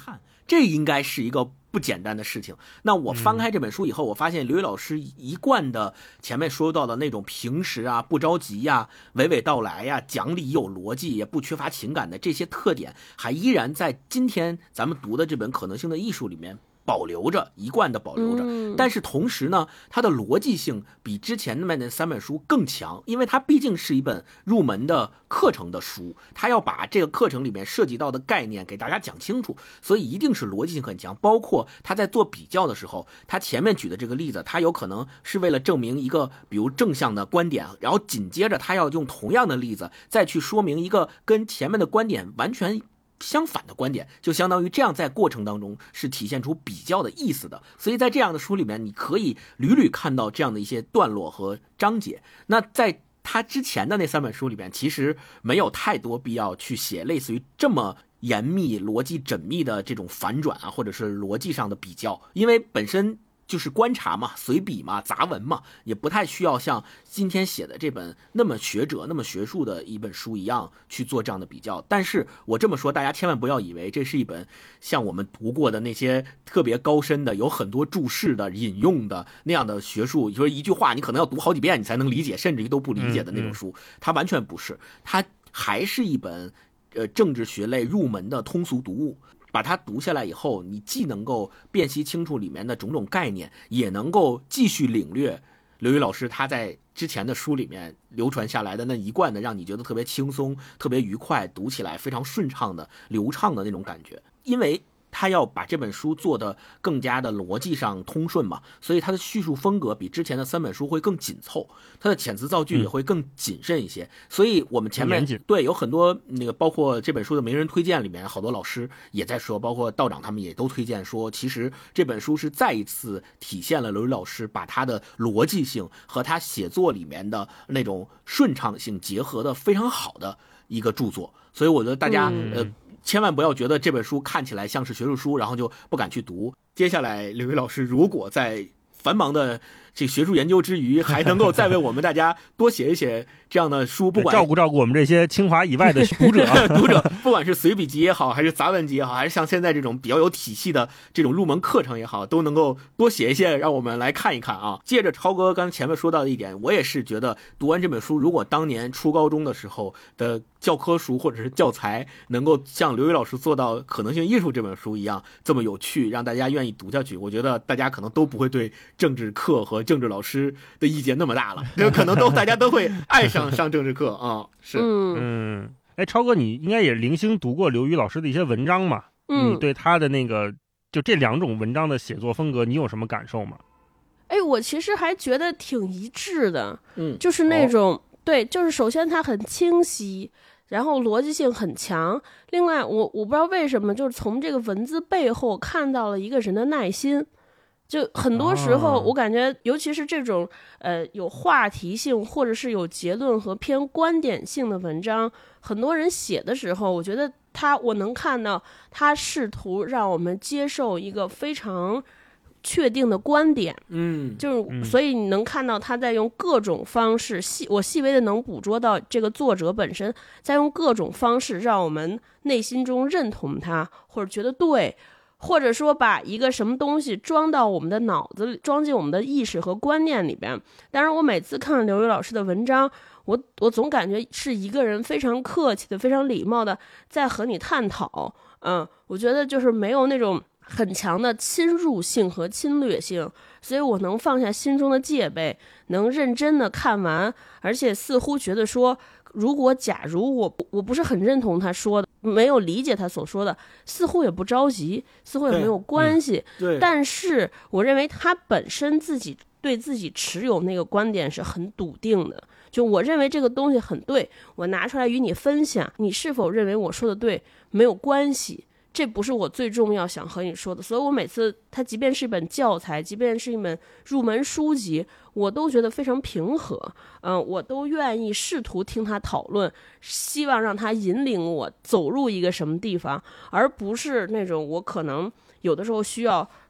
这应该是一个不简单的事情。那我翻开这本书以后，我发现刘宇老师一贯的前面说到的那种平实啊、不着急呀、娓娓道来呀、讲理有逻辑，也不缺乏情感的这些特点，还依然在今天咱们读的这本《可能性的艺术》里面保留着，一贯的保留着。但是同时呢，它的逻辑性比之前的那3本书更强，因为它毕竟是一本入门的课程的书，它要把这个课程里面涉及到的概念给大家讲清楚，所以一定是逻辑性很强。包括他在做比较的时候，他前面举的这个例子，他有可能是为了证明一个比如正向的观点，然后紧接着他要用同样的例子再去说明一个跟前面的观点完全相反的观点，就相当于这样在过程当中是体现出比较的意思的。所以在这样的书里面，你可以屡屡看到这样的一些段落和章节。那在他之前的那3本书里面，其实没有太多必要去写类似于这么严密、逻辑缜密的这种反转啊，或者是逻辑上的比较，因为本身就是观察嘛，随笔嘛，杂文嘛，也不太需要像今天写的这本那么学者、那么学术的一本书一样去做这样的比较。但是我这么说，大家千万不要以为这是一本像我们读过的那些特别高深的、有很多注释的、引用的那样的学术，就是一句话你可能要读好几遍你才能理解，甚至于都不理解的那种书。它完全不是，它还是一本政治学类入门的通俗读物。把它读下来以后，你既能够辨析清楚里面的种种概念，也能够继续领略刘宇老师他在之前的书里面流传下来的那一贯的让你觉得特别轻松、特别愉快、读起来非常顺畅的、流畅的那种感觉。因为他要把这本书做得更加的逻辑上通顺嘛，所以他的叙述风格比之前的3本书会更紧凑，他的遣词造句也会更谨慎一些。所以我们前面对有很多那个，包括这本书的名人推荐里面，好多老师也在说，包括道长他们也都推荐说，其实这本书是再一次体现了刘宇老师把他的逻辑性和他写作里面的那种顺畅性结合的非常好的一个著作。所以我觉得大家千万不要觉得这本书看起来像是学术书，然后就不敢去读。接下来刘宇老师如果在繁忙的这学术研究之余，还能够再为我们大家多写一写这样的书，不管照顾我们这些清华以外的读者不管是随笔集也好，还是杂文集也好，还是像现在这种比较有体系的这种入门课程也好，都能够多写一些让我们来看一看啊。接着超哥刚才前面说到的一点，我也是觉得读完这本书，如果当年初高中的时候的教科书或者是教材能够像刘宇老师做到《可能性艺术》这本书一样这么有趣，让大家愿意读下去，我觉得大家可能都不会对政治课和政治老师的意见那么大了，就可能大家都会爱上政治课啊。是， 哎，超哥，你应该也零星读过刘宇老师的一些文章嘛？你对他的那个就这2种文章的写作风格，你有什么感受吗？ 哎，我其实还觉得挺一致的，就是那种对，就是首先它很清晰，然后逻辑性很强。另外，我不知道为什么，就是从这个文字背后看到了一个人的耐心。就很多时候我感觉尤其是这种有话题性或者是有结论和偏观点性的文章，很多人写的时候，我觉得我能看到他试图让我们接受一个非常确定的观点，就是所以你能看到他在用各种方式我细微的能捕捉到这个作者本身在用各种方式让我们内心中认同他，或者觉得对，或者说把一个什么东西装到我们的脑子里，装进我们的意识和观念里边。当然我每次看刘宇老师的文章，我总感觉是一个人非常客气的、非常礼貌的在和你探讨。我觉得就是没有那种很强的侵入性和侵略性，所以我能放下心中的戒备，能认真的看完，而且似乎觉得说，假如我不是很认同他说的，没有理解他所说的，似乎也不着急，似乎也没有关系。但是我认为他本身对自己持有那个观点是很笃定的，就我认为这个东西很对，我拿出来与你分享，你是否认为我说的对没有关系，这不是我最重要想和你说的。所以我每次它即便是一本教材，即便是一本入门书籍，我都觉得非常平和，我都愿意试图听他讨论，希望让他引领我走入一个什么地方，而不是那种我可能有的时候需要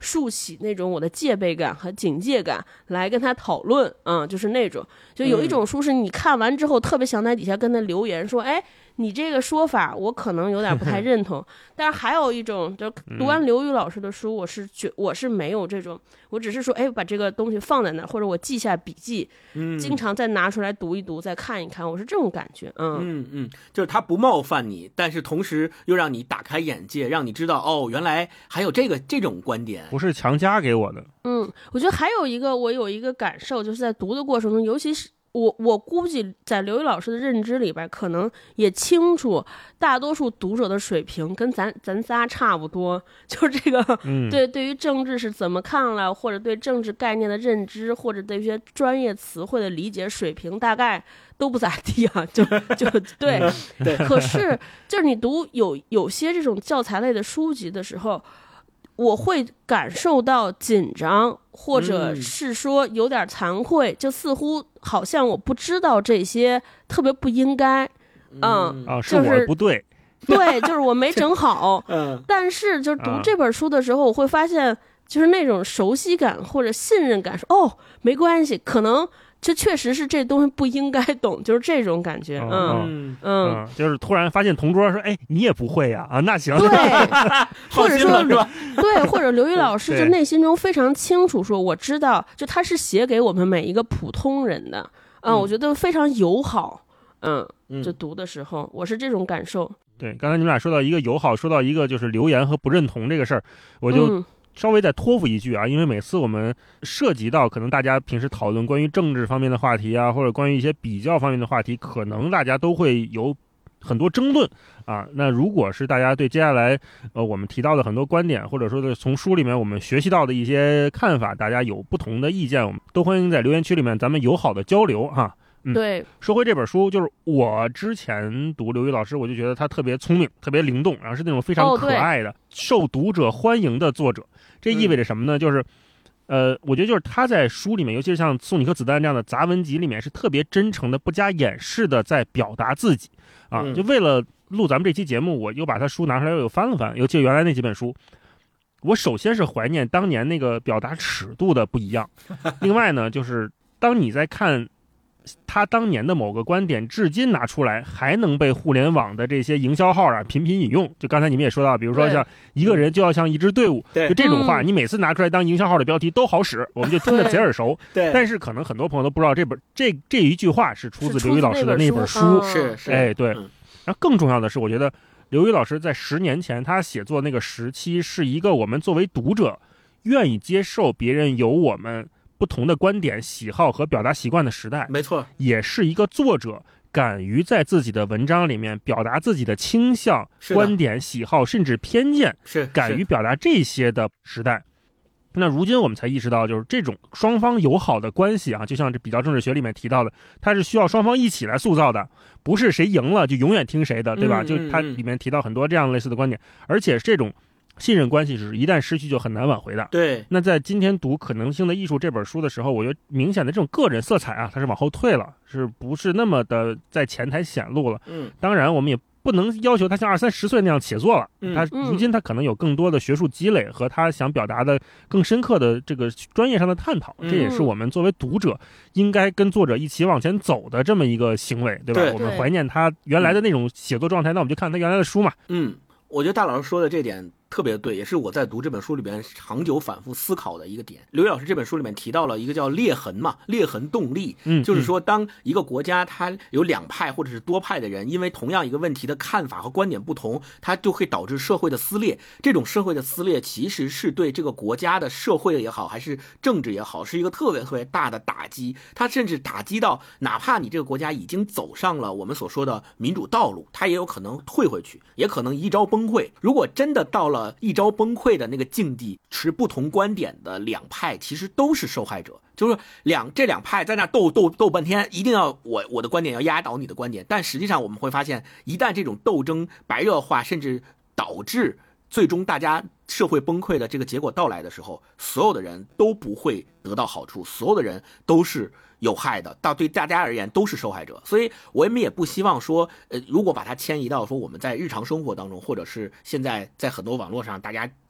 竖起那种我的戒备感和警戒感来跟他讨论，就是那种，就有一种书是你看完之后特别想在底下跟他留言说，哎，你这个说法我可能有点不太认同。但是还有一种，就读完刘宇老师的书，我是没有这种，我只是说，哎，把这个东西放在那，或者我记下笔记，经常再拿出来读一读，再看一看，我是这种感觉。 就是他不冒犯你，但是同时又让你打开眼界，让你知道哦，原来还有这种观点， 不是强加给我的。 我觉得还有一个，我有一个感受，就是在读的过程中，尤其是我估计在刘宇老师的认知里边，可能也清楚大多数读者的水平跟咱仨差不多，就是这个对于政治是怎么看了，或者对政治概念的认知，或者对一些专业词汇的理解水平，大概都不咋地啊，就对对。 可是就是你读有些这种教材类的书籍的时候，我会感受到紧张，或者是说有点惭愧，就似乎好像我不知道这些，特别不应该。 是我不对， 对，就是我没整好。但是就是读这本书的时候，我会发现，就是那种熟悉感或者信任感，说哦，没关系，可能这确实是这东西不应该懂，就是这种感觉。 就是突然发现同桌说，哎，你也不会呀？那行。 对，或者说对，或者刘宇老师就内心中非常清楚说，我知道，就他是写给我们每一个普通人的。我觉得非常友好。就读的时候，我是这种感受。 对，刚才你们俩说到一个友好，说到一个就是留言和不认同这个事儿，我就稍微再托付一句啊，因为每次我们涉及到可能大家平时讨论关于政治方面的话题啊，或者关于一些比较方面的话题，可能大家都会有很多争论啊。那如果是大家对接下来我们提到的很多观点，或者说的从书里面我们学习到的一些看法，大家有不同的意见，我们都欢迎在留言区里面咱们友好的交流哈。 对， 说回这本书，就是我之前读刘宇老师，我就觉得他特别聪明，特别灵动，然后是那种非常可爱的、受读者欢迎的作者。这意味着什么呢？就是我觉得就是他在书里面，尤其是像《送你颗子弹》这样的杂文集里面，是特别真诚的、不加掩饰的在表达自己啊。就为了录咱们这期节目，我又把他书拿出来又翻了翻，尤其原来那几本书。我首先是怀念当年那个表达尺度的不一样，另外呢，就是当你在看他当年的某个观点至今拿出来还能被互联网的这些营销号频频引用，就刚才你们也说到，比如说像一个人就要像一支队伍，就这种话你每次拿出来当营销号的标题都好使，我们就听得贼耳熟。但是可能很多朋友都不知道这一句话是出自刘宇老师的那本书。 是哎，对。然后更重要的是，我觉得刘宇老师在10年前他写作那个时期是一个我们作为读者愿意接受别人有我们不同的观点、喜好和表达习惯的时代。 没错， 也是一个作者敢于在自己的文章里面表达自己的倾向、观点、喜好甚至偏见，敢于表达这些的时代。那如今我们才意识到，就是这种双方友好的关系啊，就像这比较政治学里面提到的，它是需要双方一起来塑造的，不是谁赢了就永远听谁的，对吧？就它里面提到很多这样类似的观点，而且这种信任关系是一旦失去就很难挽回的。 对。 那在今天读《可能性的艺术》这本书的时候，我觉得明显的这种个人色彩啊，它是往后退了，是不是那么的在前台显露了？当然我们也不能要求他像20-30岁那样写作了。他如今他可能有更多的学术积累和他想表达的更深刻的这个专业上的探讨，这也是我们作为读者应该跟作者一起往前走的这么一个行为，对吧？我们怀念他原来的那种写作状态，那我们就看他原来的书嘛。 我觉得大老师说的这点特别对，也是我在读这本书里边长久反复思考的一个点。刘宇老师这本书里面提到了一个叫裂痕嘛，裂痕动力，就是说当一个国家它有两派或者是多派的人，因为同样一个问题的看法和观点不同，它就会导致社会的撕裂。这种社会的撕裂其实是对这个国家的社会也好，还是政治也好，是一个特别特别大的打击。它甚至打击到哪怕你这个国家已经走上了我们所说的民主道路，它也有可能退回去，也可能一朝崩溃。如果真的到了一朝崩溃的那个境地，持不同观点的两派其实都是受害者，就是这两派在那斗半天，一定要我的观点要压倒你的观点，但实际上我们会发现，一旦这种斗争白热化，甚至导致最终大家社会崩溃的这个结果到来的时候，所有的人都不会得到好处，所有的人都是有害的，对大家而言都是受害者。所以我们也不希望说如果把它迁移到说我们在日常生活当中，或者是现在在很多网络上大家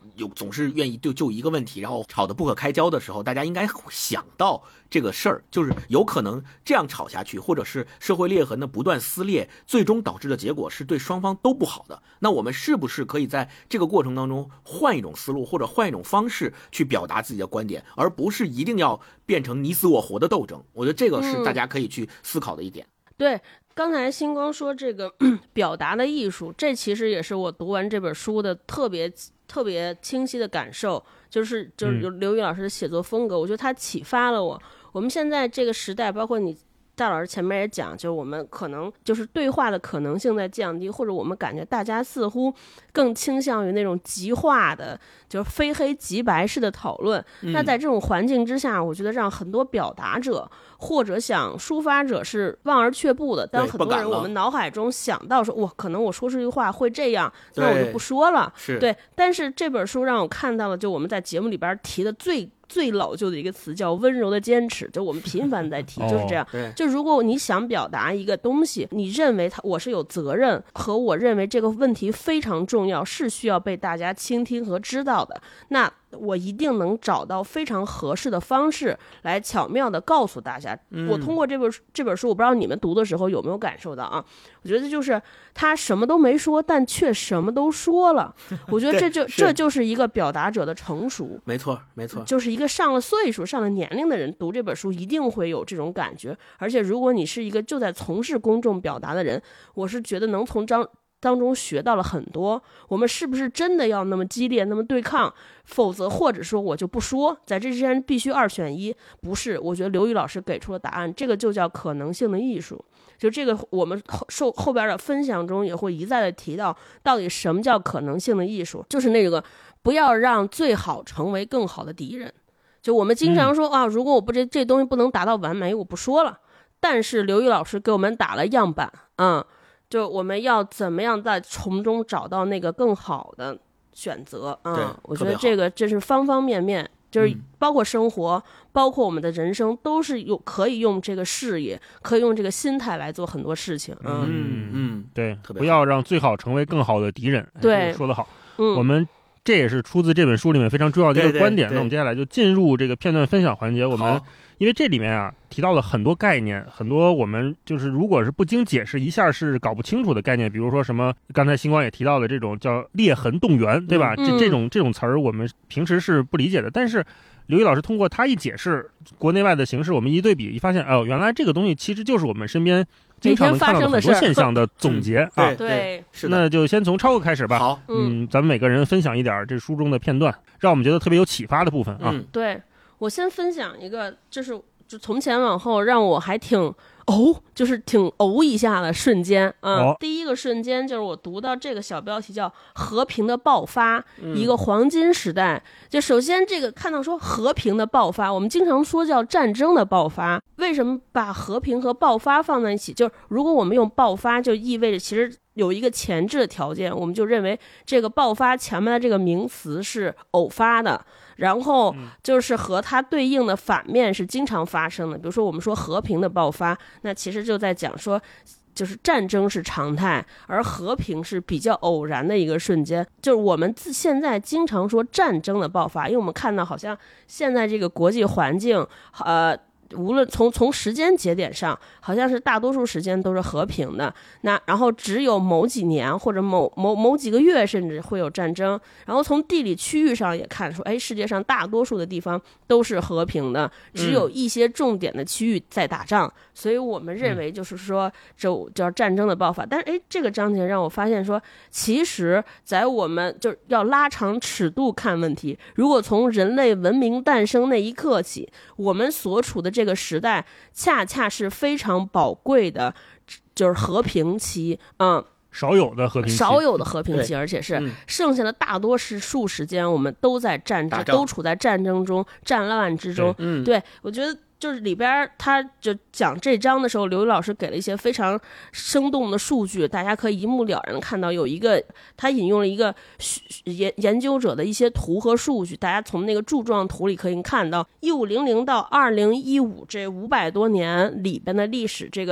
总是愿意就一个问题，然后吵得不可开交的时候，大家应该想到这个事儿，就是有可能这样吵下去，或者是社会裂痕的不断撕裂，最终导致的结果是对双方都不好的。那我们是不是可以在这个过程当中换一种思路，或者换一种方式去表达自己的观点，而不是一定要变成你死我活的斗争？我觉得这个是大家可以去思考的一点。 对，刚才星光说这个表达的艺术，这其实也是我读完这本书的特别清晰的感受，就是刘宇老师的写作风格，我觉得他启发了我。我们现在这个时代，包括你大老师前面也讲，就是我们可能就是对话的可能性在降低，或者我们感觉大家似乎更倾向于那种极化的，就是非黑即白式的讨论。那在这种环境之下，我觉得让很多表达者或者想抒发者是望而却步的。当很多人我们脑海中想到说，可能我说这句话会这样，那我就不说了。对，但是这本书让我看到了，就我们在节目里边提的最老旧的一个词叫温柔的坚持，就我们频繁在提，就是这样。就如果你想表达一个东西，你认为我是有责任，和我认为这个问题非常重要，是需要被大家倾听和知道的，那我一定能找到非常合适的方式来巧妙的告诉大家。我通过这本书，我不知道你们读的时候有没有感受到啊？我觉得就是他什么都没说，但却什么都说了。我觉得这就是一个表达者的成熟。 没错， 就是一个上了岁数、上了年龄的人读这本书，一定会有这种感觉。而且，如果你是一个就在从事公众表达的人，我是觉得能从当中学到了很多。我们是不是真的要那么激烈、那么对抗？否则，或者说我就不说，在这之间必须2选1。不是，我觉得刘宇老师给出了答案，这个就叫可能性的艺术。就这个，我们后边的分享中也会一再的提到，到底什么叫可能性的艺术？就是那个不要让最好成为更好的敌人。就我们经常说如果我不这东西不能达到完美，我不说了。但是刘宇老师给我们打了样板，就我们要怎么样在从中找到那个更好的选择我觉得这是方方面面，就是包括生活，包括我们的人生，都是可以用这个视野，可以用这个心态来做很多事情。 对，不要让最好成为更好的敌人。 对， 说得好。我们这也是出自这本书里面非常重要的一个观点。 对， 那我们接下来就进入这个片段分享环节。我们因为这里面提到了很多概念，很多我们就是如果是不经解释一下是搞不清楚的概念，比如说什么刚才星光也提到的这种叫裂痕动员，对吧？这种词儿我们平时是不理解的，但是刘宇老师通过他一解释，国内外的形式我们一对比，一发现原来这个东西其实就是我们身边经常能看到的很多现象的总结对， 是的。 那就先从超哥开始吧。 好， 咱们每个人分享一点这书中的片段，让我们觉得特别有启发的部分啊。 对，我先分享一个，就从前往后让我还挺一下的瞬间第一个瞬间就是我读到这个小标题叫和平的爆发，一个黄金时代。就首先这个看到说和平的爆发，我们经常说叫战争的爆发，为什么把和平和爆发放在一起？就是如果我们用爆发，就意味着其实有一个前置的条件，我们就认为这个爆发前面的这个名词是偶发的，然后就是和它对应的反面是经常发生的。比如说我们说和平的爆发，那其实就在讲说就是战争是常态，而和平是比较偶然的一个瞬间。就是我们现在经常说战争的爆发，因为我们看到好像现在这个国际环境无论从时间节点上，好像是大多数时间都是和平的，然后只有某几年或者某几个月甚至会有战争。然后从地理区域上也看出，世界上大多数的地方都是和平的，只有一些重点的区域在打仗。所以我们认为就是说这叫战争的爆发。但是这个章节让我发现说，其实在我们就要拉长尺度看问题，如果从人类文明诞生那一刻起，我们所处的这个时代恰恰是非常宝贵的，就是和平期少有的和平期， 而且是剩下的大多数时间我们都在都处在战争中、战乱之中。对，我觉得就是里边他就讲这章的时候，刘宇老师给了一些非常生动的数据，大家可以一目了然看到，有一个他引用了一个研究者的一些图和数据，大家从那个柱状图里可以看到1500到2015这500多年里边的历史，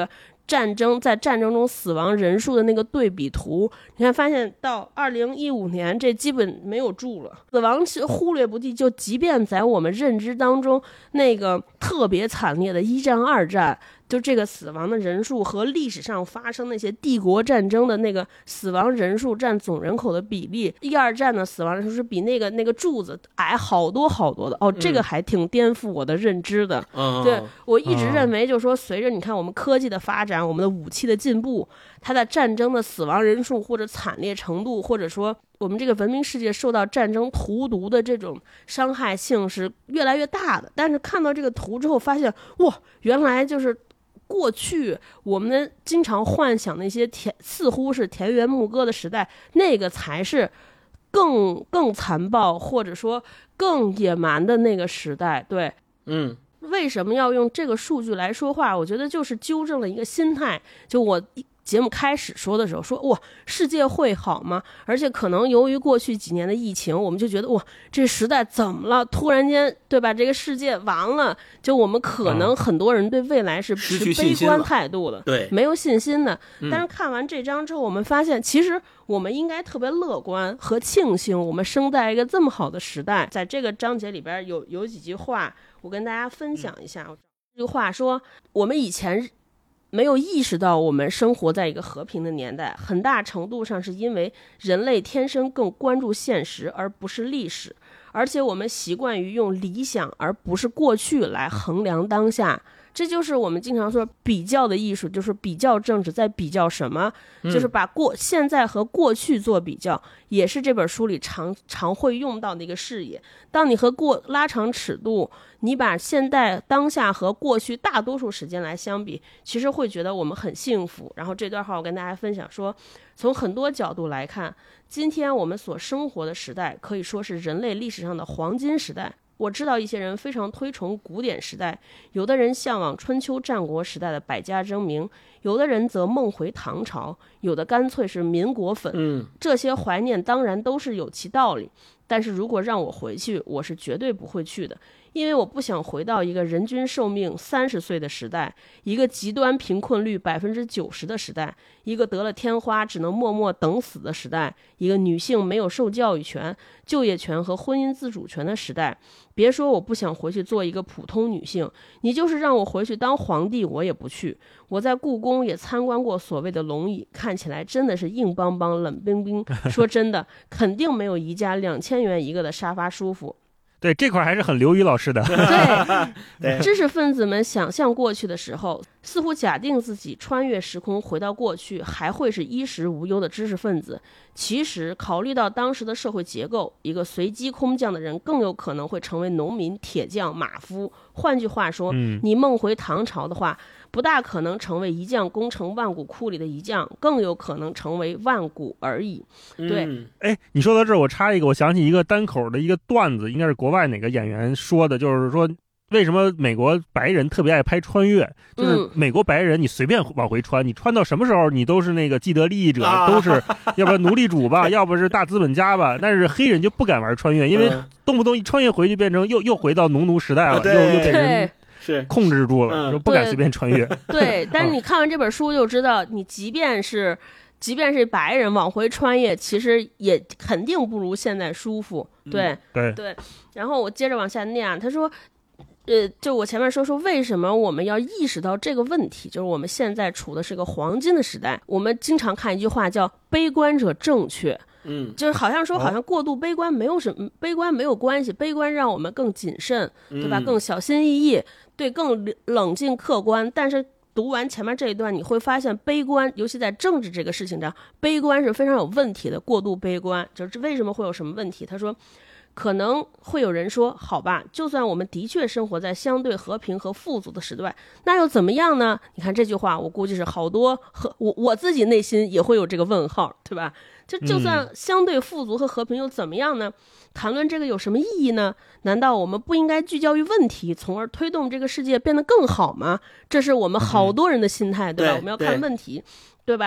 战争在战争中死亡人数的那个对比图，你看发现到2015年这基本没有住了，死亡是忽略不计。就即便在我们认知当中那个特别惨烈的1战2战，就这个死亡的人数和历史上发生那些帝国战争的那个死亡人数占总人口的比例，1、2战的死亡人数是比那个柱子矮好多好多的。这个还挺颠覆我的认知的。对，我一直认为就是说随着你看我们科技的发展，我们的武器的进步，它的战争的死亡人数或者惨烈程度，或者说我们这个文明世界受到战争荼毒的这种伤害性是越来越大的。但是看到这个图之后发现，哇，原来就是过去我们经常幻想那些似乎是田园牧歌的时代，那个才是更残暴或者说更野蛮的那个时代。对，为什么要用这个数据来说话？我觉得就是纠正了一个心态。就我节目开始说的时候说，哇，世界会好吗？而且可能由于过去几年的疫情，我们就觉得哇，这时代怎么了？突然间，对吧？这个世界完了，就我们可能很多人对未来是悲观态度的， 对， 没有信心的。但是看完这章之后，我们发现其实我们应该特别乐观和庆幸，我们生在一个这么好的时代。在这个章节里边有几句话，我跟大家分享一下。这句话说，我们以前没有意识到我们生活在一个和平的年代，很大程度上是因为人类天生更关注现实而不是历史，而且我们习惯于用理想而不是过去来衡量当下。这就是我们经常说比较的艺术，就是比较政治在比较什么，就是把现在和过去做比较，也是这本书里常会用到的一个视野。当你和拉长尺度，你把现在当下和过去大多数时间来相比，其实会觉得我们很幸福。然后这段话我跟大家分享说，从很多角度来看，今天我们所生活的时代可以说是人类历史上的黄金时代。我知道一些人非常推崇古典时代，有的人向往春秋战国时代的百家争鸣，有的人则梦回唐朝，有的干脆是民国粉。这些怀念当然都是有其道理，但是如果让我回去，我是绝对不会去的。因为我不想回到一个人均寿命30岁的时代，一个极端贫困率90%的时代，一个得了天花只能默默等死的时代，一个女性没有受教育权、就业权和婚姻自主权的时代。别说我不想回去做一个普通女性，你就是让我回去当皇帝我也不去。我在故宫也参观过所谓的龙椅，看起来真的是硬邦邦冷冰冰，说真的肯定没有宜家2000元一个的沙发舒服。 对，这块还是很刘宇老师的。 对，知识分子们想象过去的时候，似乎假定自己穿越时空回到过去，还会是衣食无忧的知识分子。其实，考虑到当时的社会结构，一个随机空降的人更有可能会成为农民、铁匠、马夫。换句话说，你梦回唐朝的话，不大可能成为一将功成万骨枯里的一将，更有可能成为万骨而已。对， 你说到这儿，我插一个，我想起一个单口的一个段子，应该是国外哪个演员说的，就是说为什么美国白人特别爱拍穿越，就是美国白人你随便往回穿，你穿到什么时候你都是那个既得利益者，都是要不然奴隶主吧，要不是大资本家吧，但是黑人就不敢玩穿越，因为动不动一穿越回去变成又回到农奴时代了，又被人是控制住了，不敢随便穿越。 对，但是你看完这本书就知道，你即便是白人往回穿越，其实也肯定不如现在舒服。对。然后我接着往下念，他说就我前面说为什么我们要意识到这个问题，就是我们现在处的是个黄金的时代。我们经常看一句话叫悲观者正确，就是好像过度悲观没有什么，悲观没有关系，悲观让我们更谨慎，对吧？更小心翼翼，对，更冷静客观。但是读完前面这一段，你会发现悲观，尤其在政治这个事情上，悲观是非常有问题的。过度悲观就是为什么会有什么问题？他说可能会有人说，好吧，就算我们的确生活在相对和平和富足的时代，那又怎么样呢？你看这句话，我估计是好多和我自己内心也会有这个问号，对吧？就算相对富足和和平又怎么样呢？谈论这个有什么意义呢？难道我们不应该聚焦于问题，从而推动这个世界变得更好吗？这是我们好多人的心态，对吧？我们要看问题，对吧？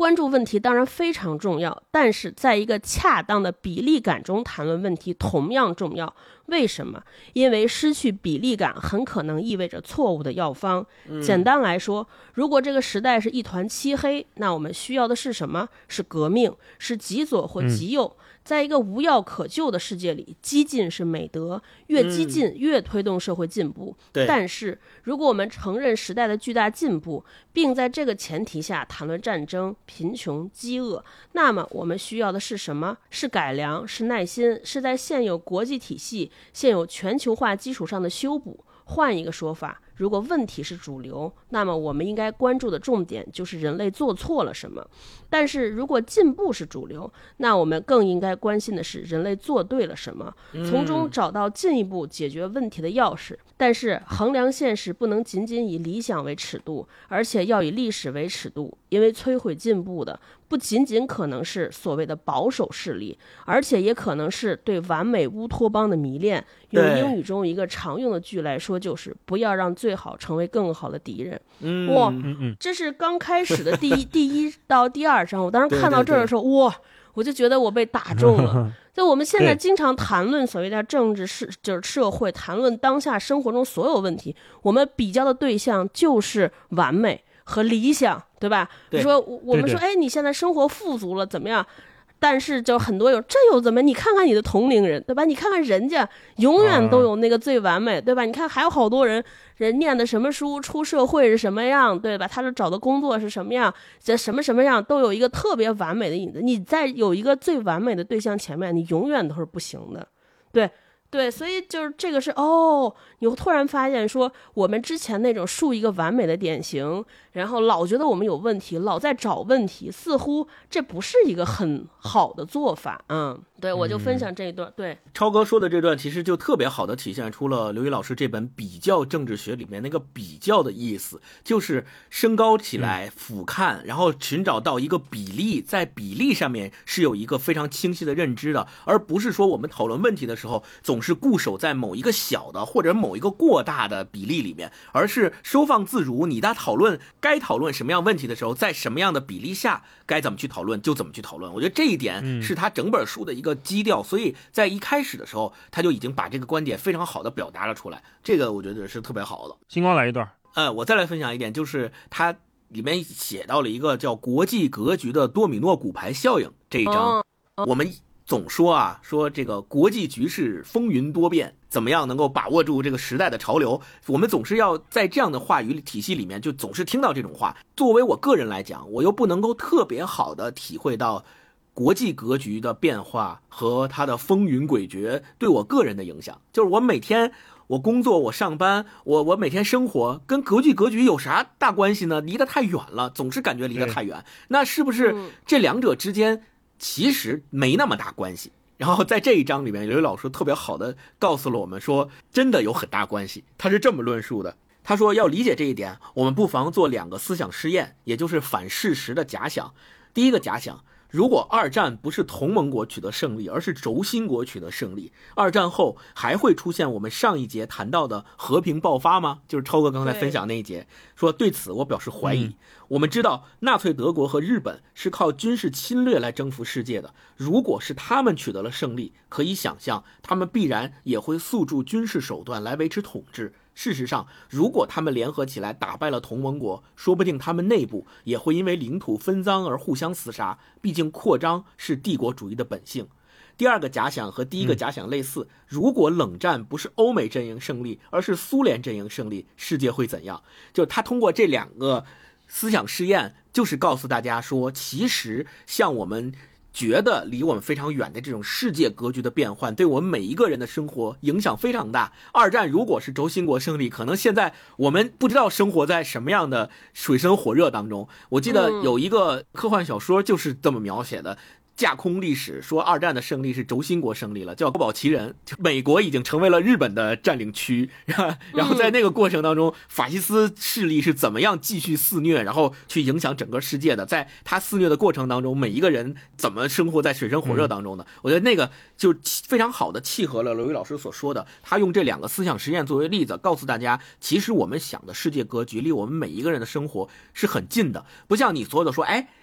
关注问题当然非常重要，但是在一个恰当的比例感中谈论问题同样重要。为什么？因为失去比例感很可能意味着错误的药方。简单来说，如果这个时代是一团漆黑，那我们需要的是什么？是革命，是极左或极右。在一个无药可救的世界里，激进是美德，越激进越推动社会进步。但是如果我们承认时代的巨大进步，并在这个前提下谈论战争、贫穷、饥饿，那么我们需要的是什么？是改良，是耐心，是在现有国际体系、现有全球化基础上的修补。换一个说法，如果问题是主流，那么我们应该关注的重点就是人类做错了什么。但是如果进步是主流，那我们更应该关心的是人类做对了什么，从中找到进一步解决问题的钥匙。但是衡量现实不能仅仅以理想为尺度，而且要以历史为尺度，因为摧毁进步的不仅仅可能是所谓的保守势力，而且也可能是对完美乌托邦的迷恋。用英语中一个常用的句来说，就是不要让最好成为更好的敌人。哇，这是刚开始的第一到第二章，我当时看到这儿的时候，哇，我就觉得我被打中了。就我们现在经常谈论所谓的政治就是社会，谈论当下生活中所有问题，我们比较的对象就是完美和理想，对吧？比如说我们说，哎，你现在生活富足了，怎么样？但是就很多这又怎么？你看看你的同龄人，对吧？你看看人家永远都有那个最完美，对吧？你看还有好多人念的什么书，出社会是什么样，对吧？他找的工作是什么样，这什么样都有一个特别完美的影子。你在有一个最完美的对象前面，你永远都是不行的，对，所以就是这个是你突然发现说，我们之前那种树一个完美的典型，然后老觉得我们有问题，老在找问题，似乎这不是一个很好的做法。对，我就分享这一段。对， 超哥说的这段其实就特别好的体现出了刘宇老师这本比较政治学里面那个比较的意思，就是升高起来俯瞰，然后寻找到一个比例，在比例上面是有一个非常清晰的认知的，而不是说我们讨论问题的时候总是固守在某一个小的或者某一个过大的比例里面，而是收放自如。你在讨论该讨论什么样问题的时候，在什么样的比例下该怎么去讨论就怎么去讨论。我觉得这一点是他整本书的一个基调，所以在一开始的时候他就已经把这个观点非常好的表达了出来，这个我觉得是特别好的。 星光来一段。 我再来分享一点，就是他里面写到了一个叫国际格局的多米诺骨牌效应这一章。我们总说这个国际局势风云多变，怎么样能够把握住这个时代的潮流，我们总是要在这样的话语体系里面就总是听到这种话。作为我个人来讲，我又不能够特别好的体会到国际格局的变化和它的风云诡谲对我个人的影响。就是我每天我工作，我上班，我每天生活跟国际格局有啥大关系呢？离得太远了，总是感觉离得太远。那是不是这两者之间其实没那么大关系？然后在这一章里面，刘宇老师特别好的告诉了我们说，真的有很大关系。他是这么论述的，他说要理解这一点，我们不妨做2个思想试验，也就是反事实的假想。第一个假想，如果二战不是同盟国取得胜利，而是轴心国取得胜利，二战后还会出现我们上一节谈到的和平爆发吗？就是超哥刚才分享那一节，说对此我表示怀疑。我们知道纳粹德国和日本是靠军事侵略来征服世界的，如果是他们取得了胜利，可以想象他们必然也会诉诸军事手段来维持统治。事实上，如果他们联合起来打败了同盟国，说不定他们内部也会因为领土分赃而互相厮杀，毕竟扩张是帝国主义的本性。第二个假想和第一个假想类似，如果冷战不是欧美阵营胜利，而是苏联阵营胜利，世界会怎样？就他通过这2个思想试验，就是告诉大家说，其实像我们觉得离我们非常远的这种世界格局的变换，对我们每一个人的生活影响非常大。二战如果是轴心国胜利，可能现在我们不知道生活在什么样的水深火热当中。我记得有一个科幻小说就是这么描写的，架空历史，说二战的胜利是轴心国胜利了，叫《国宝奇人》，美国已经成为了日本的占领区，然后在那个过程当中，法西斯势力是怎么样继续肆虐，然后去影响整个世界的，在他肆虐的过程当中，每一个人怎么生活在水深火热当中的。我觉得那个就非常好的契合了刘宇老师所说的，他用这2个思想实验作为例子，告诉大家，其实我们想的世界格局离我们每一个人的生活是很近的，不像你所有的说，哎，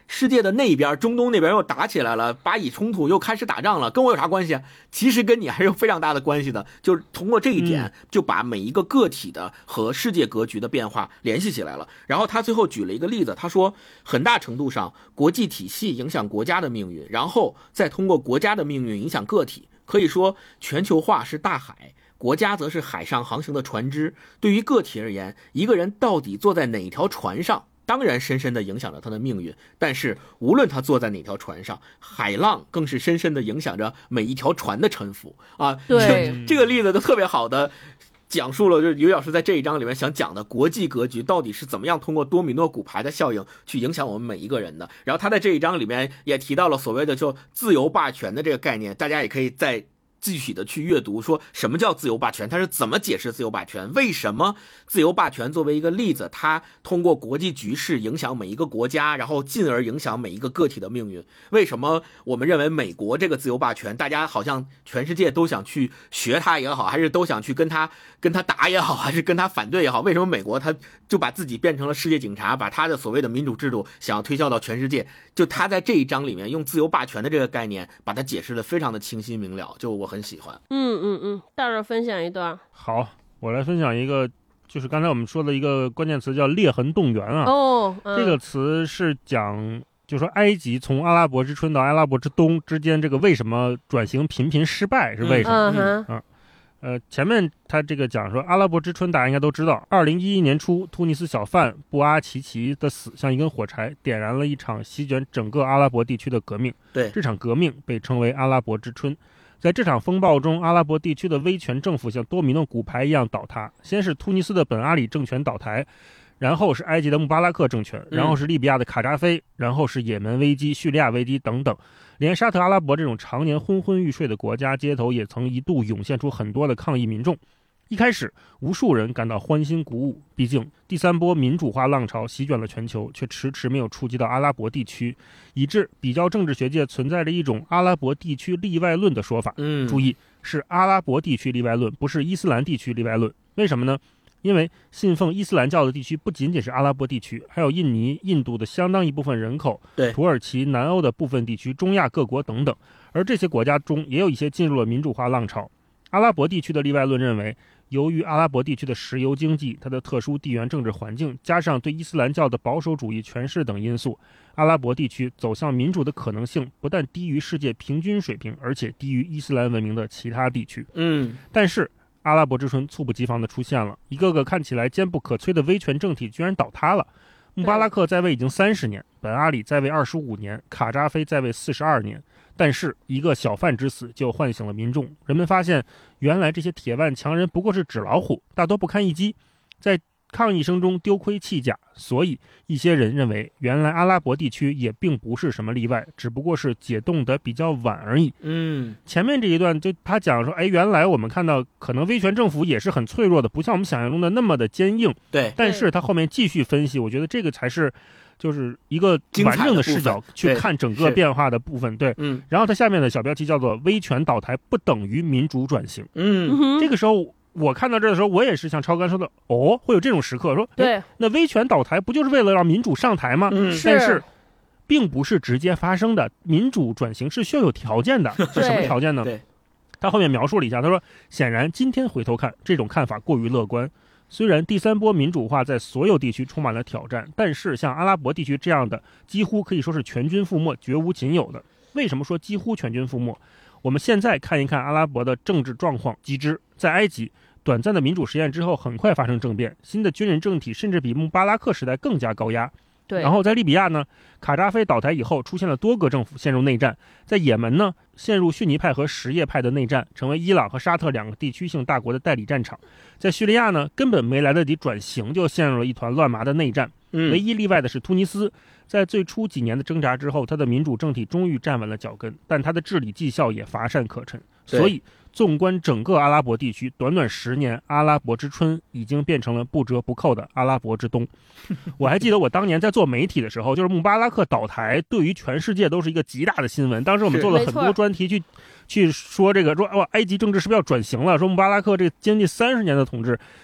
世界的那边，中东那边又打起来了，巴以冲突又开始打仗了，跟我有啥关系啊？其实跟你还是有非常大的关系的。就是通过这一点，就把每一个个体的和世界格局的变化联系起来了。然后他最后举了一个例子，他说，很大程度上，国际体系影响国家的命运，然后再通过国家的命运影响个体。可以说，全球化是大海，国家则是海上航行的船只。对于个体而言，一个人到底坐在哪一条船上，当然深深地影响着他的命运，但是无论他坐在哪条船上，海浪更是深深地影响着每一条船的沉浮啊。 对， 这个例子就特别好的讲述了，就是于老师在这一章里面想讲的国际格局到底是怎么样通过多米诺骨牌的效应去影响我们每一个人的。然后他在这一章里面也提到了所谓的就自由霸权的这个概念，大家也可以再具体的去阅读，说什么叫自由霸权，它是怎么解释自由霸权，为什么自由霸权作为一个例子，它通过国际局势影响每一个国家，然后进而影响每一个个体的命运。为什么我们认为美国这个自由霸权，大家好像全世界都想去学它也好，还是都想去跟他打也好，还是跟他反对也好，为什么美国他就把自己变成了世界警察，把他的所谓的民主制度想要推销到全世界？就他在这一章里面用自由霸权的这个概念把它解释的非常的清晰明了，就我很喜欢。 大热分享一段。 好，我来分享一个，就是刚才我们说的一个关键词叫裂痕动员啊。这个词是讲，就是说埃及从阿拉伯之春到阿拉伯之冬之间，这个为什么转型频频失败是为什么？前面他这个讲说阿拉伯之春大家应该都知道，2011年初突尼斯小贩布阿奇奇的死像一根火柴，点燃了一场席卷整个阿拉伯地区的革命。 对， 这场革命被称为阿拉伯之春。在这场风暴中，阿拉伯地区的威权政府像多米诺骨牌一样倒塌，先是突尼斯的本阿里政权倒台，然后是埃及的穆巴拉克政权，然后是利比亚的卡扎菲，然后是也门危机、叙利亚危机等等。连沙特阿拉伯这种常年昏昏欲睡的国家，街头也曾一度涌现出很多的抗议民众。一开始，无数人感到欢欣鼓舞，毕竟第三波民主化浪潮席卷了全球，却迟迟没有触及到阿拉伯地区，以致比较政治学界存在着一种阿拉伯地区例外论的说法。注意，是阿拉伯地区例外论，不是伊斯兰地区例外论。为什么呢？因为信奉伊斯兰教的地区不仅仅是阿拉伯地区，还有印尼、印度的相当一部分人口，土耳其、南欧的部分地区、中亚各国等等。而这些国家中也有一些进入了民主化浪潮。阿拉伯地区的例外论认为，由于阿拉伯地区的石油经济、它的特殊地缘政治环境，加上对伊斯兰教的保守主义诠释等因素，阿拉伯地区走向民主的可能性不但低于世界平均水平，而且低于伊斯兰文明的其他地区。但是阿拉伯之春猝不及防地出现了，一个个看起来坚不可摧的威权政体居然倒塌了。穆巴拉克在位已经30年，本阿里在位25年，卡扎菲在位42年。但是一个小贩之死就唤醒了民众，人们发现原来这些铁腕强人不过是纸老虎，大多不堪一击，在抗议声中丢盔弃甲。所以一些人认为，原来阿拉伯地区也并不是什么例外，只不过是解冻得比较晚而已。前面这一段就他讲说，原来我们看到可能威权政府也是很脆弱的，不像我们想象中的那么的坚硬。 对， 但是他后面继续分析，我觉得这个才是就是一个完整的视角去看整个变化的部分。对，然后他下面的小标题叫做威权倒台不等于民主转型。这个时候我看到这的时候，我也是像超哥说的，会有这种时刻，说对，那威权倒台不就是为了让民主上台吗？但是并不是直接发生的，民主转型是需要有条件的。是什么条件呢？他后面描述了一下，他说，显然今天回头看，这种看法过于乐观。虽然第三波民主化在所有地区充满了挑战，但是像阿拉伯地区这样的几乎可以说是全军覆没，绝无仅有的。为什么说几乎全军覆没？我们现在看一看阿拉伯的政治状况机制。在埃及，短暂的民主实验之后很快发生政变，新的军人政体甚至比穆巴拉克时代更加高压。然后在利比亚呢，卡扎菲倒台以后，出现了多个政府陷入内战。在也门呢，陷入逊尼派和什叶派的内战，成为伊朗和沙特两个地区性大国的代理战场。在叙利亚呢，根本没来得及转型，就陷入了一团乱麻的内战。唯一例外的是突尼斯，在最初几年的挣扎之后，他的民主政体终于站稳了脚跟，但他的治理绩效也乏善可陈。所以纵观整个阿拉伯地区，短短10年，阿拉伯之春已经变成了不折不扣的阿拉伯之冬。我还记得我当年在做媒体的时候，就是穆巴拉克倒台对于全世界都是一个极大的新闻。当时我们做了很多专题去说这个，说埃及政治是不是要转型了，说穆巴拉克这个经历30年的统治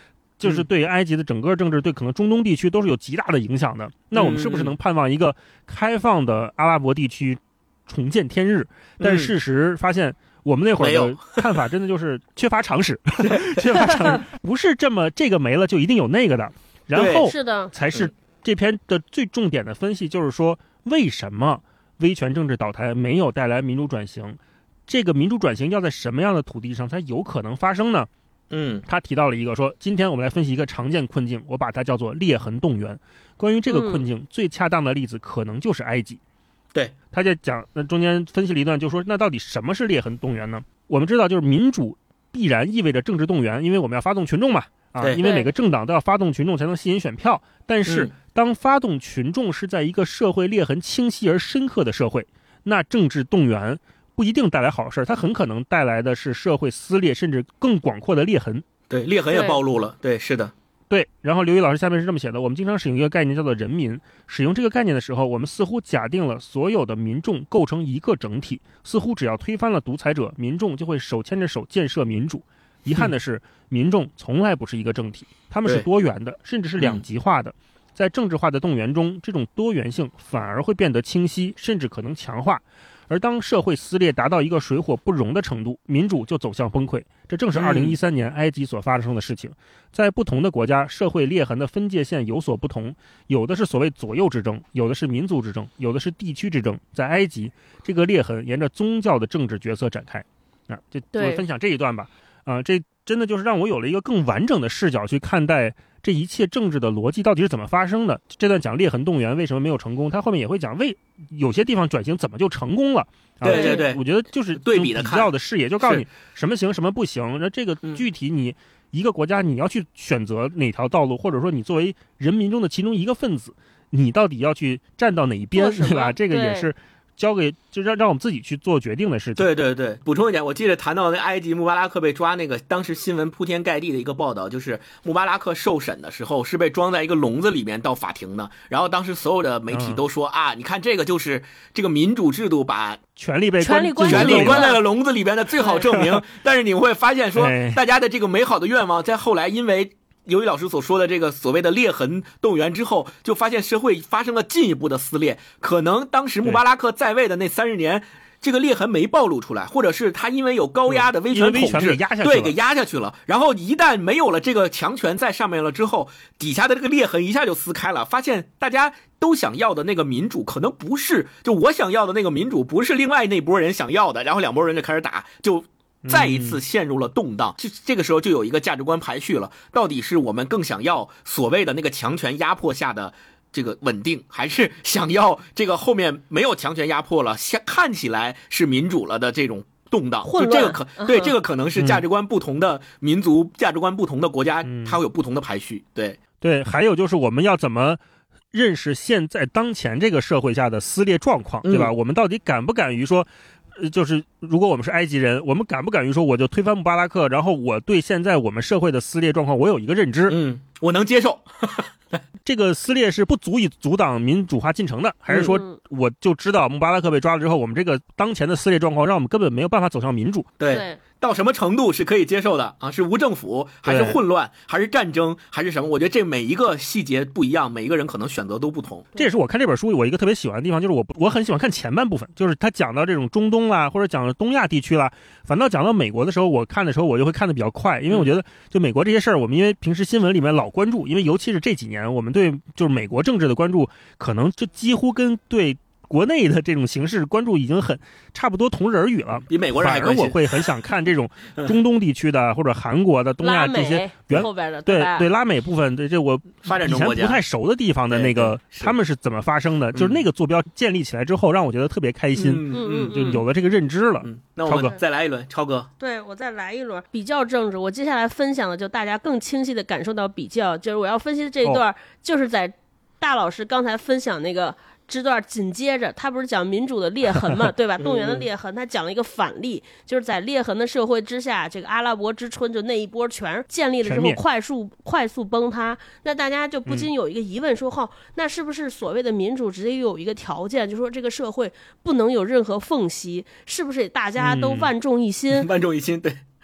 就是对埃及的整个政治，对可能中东地区都是有极大的影响的。那我们是不是能盼望一个开放的阿拉伯地区重见天日？但是事实发现，我们那会儿的看法真的就是缺乏常识，缺乏常识，不是这个没了就一定有那个的。然后是的， 才是这篇的最重点的分析，就是说为什么威权政治倒台没有带来民主转型？这个民主转型要在什么样的土地上才有可能发生呢？他提到了一个说，今天我们来分析一个常见困境，我把它叫做裂痕动员。关于这个困境，最恰当的例子可能就是埃及。 对， 他就讲，那中间分析了一段，就说那到底什么是裂痕动员呢？我们知道，就是民主必然意味着政治动员，因为我们要发动群众嘛，因为每个政党都要发动群众才能吸引选票。但是当发动群众是在一个社会裂痕清晰而深刻的社会，那政治动员不一定带来好事，它很可能带来的是社会撕裂，甚至更广阔的裂痕。 对，裂痕也暴露了。对，是的。 对，然后刘宇老师下面是这么写的：我们经常使用一个概念叫做人民，使用这个概念的时候，我们似乎假定了所有的民众构成一个整体，似乎只要推翻了独裁者，民众就会手牵着手建设民主。遗憾的是，民众从来不是一个整体，他们是多元的，甚至是两极化的。在政治化的动员中，这种多元性反而会变得清晰，甚至可能强化。而当社会撕裂达到一个水火不容的程度，民主就走向崩溃。这正是2013年埃及所发生的事情。在不同的国家，社会裂痕的分界线有所不同，有的是所谓左右之争，有的是民族之争，有的是地区之争。在埃及，这个裂痕沿着宗教的政治角色展开。就我分享这一段吧。这真的就是让我有了一个更完整的视角去看待这一切政治的逻辑到底是怎么发生的。这段讲裂痕动员为什么没有成功，他后面也会讲有些地方转型怎么就成功了。 对对对， 我觉得就是对比的看， 比较的视野就告诉你什么行什么不行。那这个具体你一个国家你要去选择哪条道路，或者说你作为人民中的其中一个分子，你到底要去站到哪一边，对吧？这个也是交给就让我们自己去做决定的事情。 对对对，补充一点，我记得谈到那埃及穆巴拉克被抓那个，当时新闻铺天盖地的一个报道，就是穆巴拉克受审的时候是被装在一个笼子里面到法庭的，然后当时所有的媒体都说你看这个就是这个民主制度把权力关在了笼子里边的最好证明。但是你会发现说，大家的这个美好的愿望在后来因为刘宇老师所说的这个所谓的裂痕动员之后，就发现社会发生了进一步的撕裂。可能当时穆巴拉克在位的那30年，这个裂痕没暴露出来，或者是他因为有高压的威权统治，给压下去了。然后一旦没有了这个强权在上面了之后，底下的这个裂痕一下就撕开了，发现大家都想要的那个民主可能不是，就我想要的那个民主不是另外那波人想要的，然后两拨人就开始打，就再一次陷入了动荡。这个时候就有一个价值观排序了，到底是我们更想要所谓的那个强权压迫下的这个稳定，还是想要这个后面没有强权压迫了，看起来是民主了的这种动荡？就这个这个可能是价值观不同的民族、价值观不同的国家，它会有不同的排序。对， 还有就是我们要怎么认识现在当前这个社会下的撕裂状况，对吧？我们到底敢不敢于说，就是如果我们是埃及人，我们敢不敢于说我就推翻穆巴拉克，然后我对现在我们社会的撕裂状况我有一个认知， 我能接受。 这个撕裂是不足以阻挡民主化进程的，还是说我就知道穆巴拉克被抓了之后，我们这个当前的撕裂状况让我们根本没有办法走向民主？ 对，到什么程度是可以接受的是无政府，还是混乱，还是战争，还是什么？我觉得这每一个细节不一样，每一个人可能选择都不同。 这也是我看这本书我一个特别喜欢的地方，就是我很喜欢看前半部分，就是他讲到这种中东啦，或者讲到东亚地区啦，反倒讲到美国的时候，我看的时候我就会看得比较快，因为我觉得就美国这些事儿，我们因为平时新闻里面老关注，因为尤其是这几年我们对就是美国政治的关注，可能就几乎跟对国内的这种形势关注已经很差不多同日而语了， 比美国人还关心。 反而我会很想看这种中东地区的或者韩国的、东亚这些后边的对拉美部分的这我以前不太熟的地方的那个他们是怎么发生的，就是那个坐标建立起来之后，让我觉得特别开心，就有了这个认知了。 那我们再来一轮，超哥。 对，我再来一轮比较政治。我接下来分享的就大家更清晰的感受到比较，就是我要分析的这一段，就是在大老师刚才分享那个这段紧接着他不是讲民主的裂痕嘛，对吧？动员的裂痕，他讲了一个反例，就是在裂痕的社会之下，这个阿拉伯之春就那一波全建立了之后快速崩塌。那大家就不禁有一个疑问说，那是不是所谓的民主直接有一个条件，就是说这个社会不能有任何缝隙，是不是大家都万众一心？ 万众一心，对。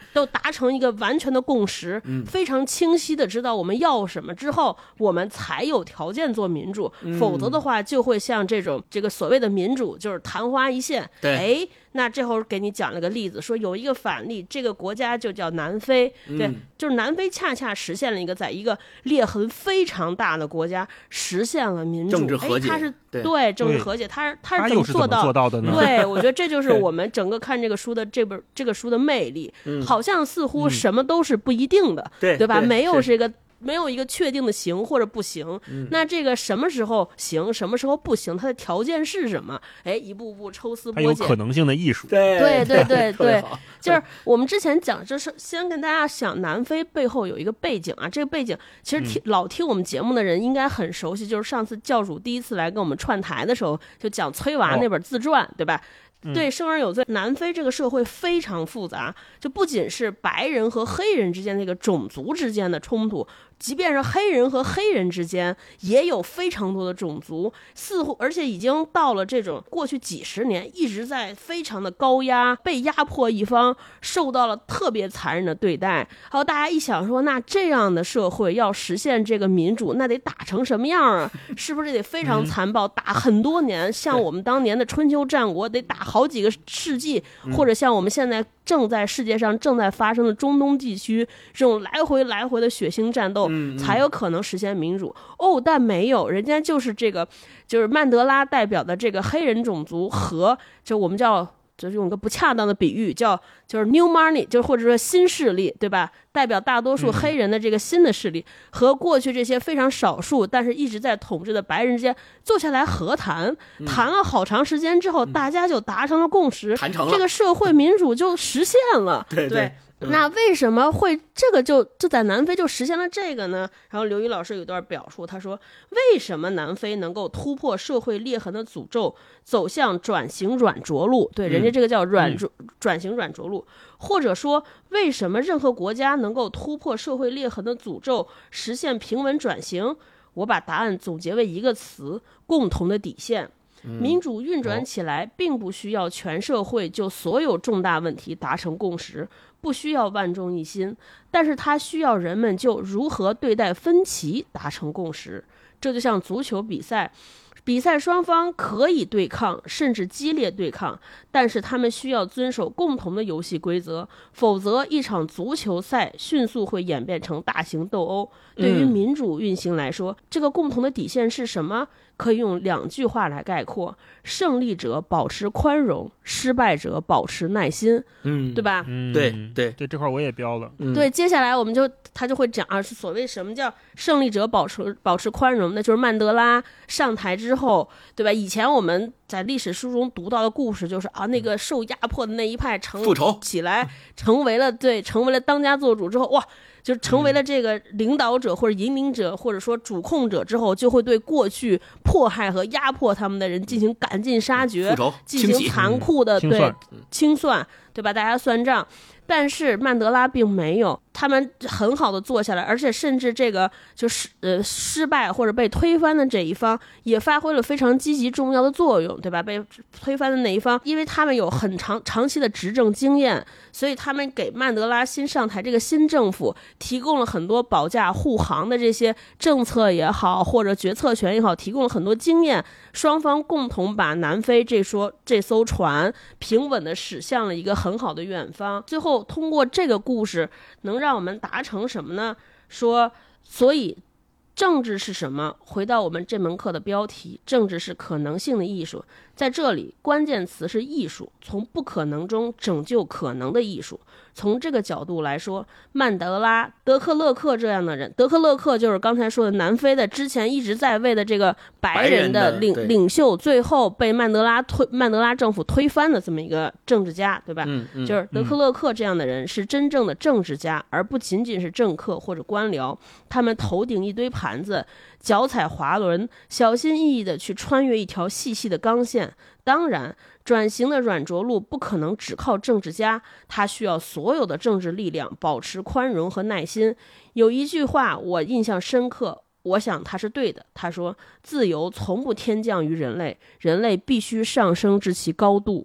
都达成一个完全的共识，非常清晰的知道我们要什么之后，我们才有条件做民主，否则的话就会像这个所谓的民主就是昙花一现。 对， 那这会儿给你讲了个例子，说有一个反例，这个国家就叫南非，对，就是南非恰恰实现了一个在一个裂痕非常大的国家实现了民主， 政治和解， 它是对政治和解，它是怎么做到的呢？ 对，我觉得这就是我们整个看这个书的这个书的魅力，好像似乎什么都是不一定的，对吧？没有一个确定的行或者不行，那这个什么时候行，什么时候不行，它的条件是什么？一步步抽丝剥茧， 还有可能性的艺术。 对，就是我们之前讲，就是先跟大家讲南非背后有一个背景啊，这个背景其实老听我们节目的人应该很熟悉，就是上次教主第一次来跟我们串台的时候，就讲崔娃那本自传，对吧？对，生而有罪。南非这个社会非常复杂，就不仅是白人和黑人之间那个种族之间的冲突，即便是黑人和黑人之间也有非常多的种族，似乎而且已经到了这种过去几十年一直在非常的高压，被压迫一方受到了特别残忍的对待。还有大家一想说，那这样的社会要实现这个民主，那得打成什么样啊？是不是得非常残暴，打很多年？像我们当年的春秋战国得打好几个世纪，或者像我们现在世界上正在发生的中东地区这种来回的血腥战斗，才有可能实现民主。但没有，人家就是就是曼德拉代表的这个黑人种族和就我们就是用一个不恰当的比喻，就是 new money， 就或者说新势力，对吧？代表大多数黑人的这个新的势力，和过去这些非常少数但是一直在统治的白人之间坐下来和谈，谈了好长时间之后，大家就达成了共识，这个社会民主就实现了。对。那为什么会这个就在南非就实现了这个呢？然后刘宇老师有一段表述，他说为什么南非能够突破社会裂痕的诅咒，走向转型软着陆？对，人家这个叫转型软着陆，或者说为什么任何国家能够突破社会裂痕的诅咒，实现平稳转型？我把答案总结为一个词：共同的底线。民主运转起来并不需要全社会就所有重大问题达成共识，不需要万众一心，但是它需要人们就如何对待分歧达成共识。这就像足球比赛双方可以对抗，甚至激烈对抗，但是他们需要遵守共同的游戏规则，否则一场足球赛迅速会演变成大型斗殴。对于民主运行来说，这个共同的底线是什么？可以用2句话来概括：胜利者保持宽容，失败者保持耐心。对吧？ 对， 这块我也标了。 对，接下来他就会讲所谓什么叫胜利者保持宽容，那就是曼德拉上台之后，对吧？以前我们在历史书中读到的故事就是那个受压迫的那一派复仇起来，成为了当家做主之后，哇！就成为了这个领导者或者引领者或者说主控者之后，就会对过去迫害和压迫他们的人进行赶尽杀绝，进行残酷的清算，对吧？大家算账。但是曼德拉并没有，他们很好的坐下来，而且甚至这个就是失败或者被推翻的这一方也发挥了非常积极重要的作用，对吧？被推翻的那一方，因为他们有很长期的执政经验，所以他们给曼德拉新上台这个新政府提供了很多保驾护航的这些政策也好，或者决策权也好，提供了很多经验。双方共同把南非这艘船平稳地驶向了一个很好的远方。最后通过这个故事能让我们达成什么呢？所以政治是什么？回到我们这门课的标题，政治是可能性的艺术。在这里关键词是艺术，从不可能中拯救可能的艺术。从这个角度来说，曼德拉、德克勒克这样的人，德克勒克就是刚才说的南非的之前一直在位的这个白人的领袖，最后被曼德拉政府推翻的这么一个政治家，对吧？就是德克勒克这样的人是真正的政治家，而不仅仅是政客或者官僚。他们头顶一堆盘子，脚踩滑轮，小心翼翼地去穿越一条细细的钢线。当然，转型的软着陆不可能只靠政治家，他需要所有的政治力量保持宽容和耐心。有一句话我印象深刻，我想他是对的。他说：“自由从不天降于人类，人类必须上升至其高度。”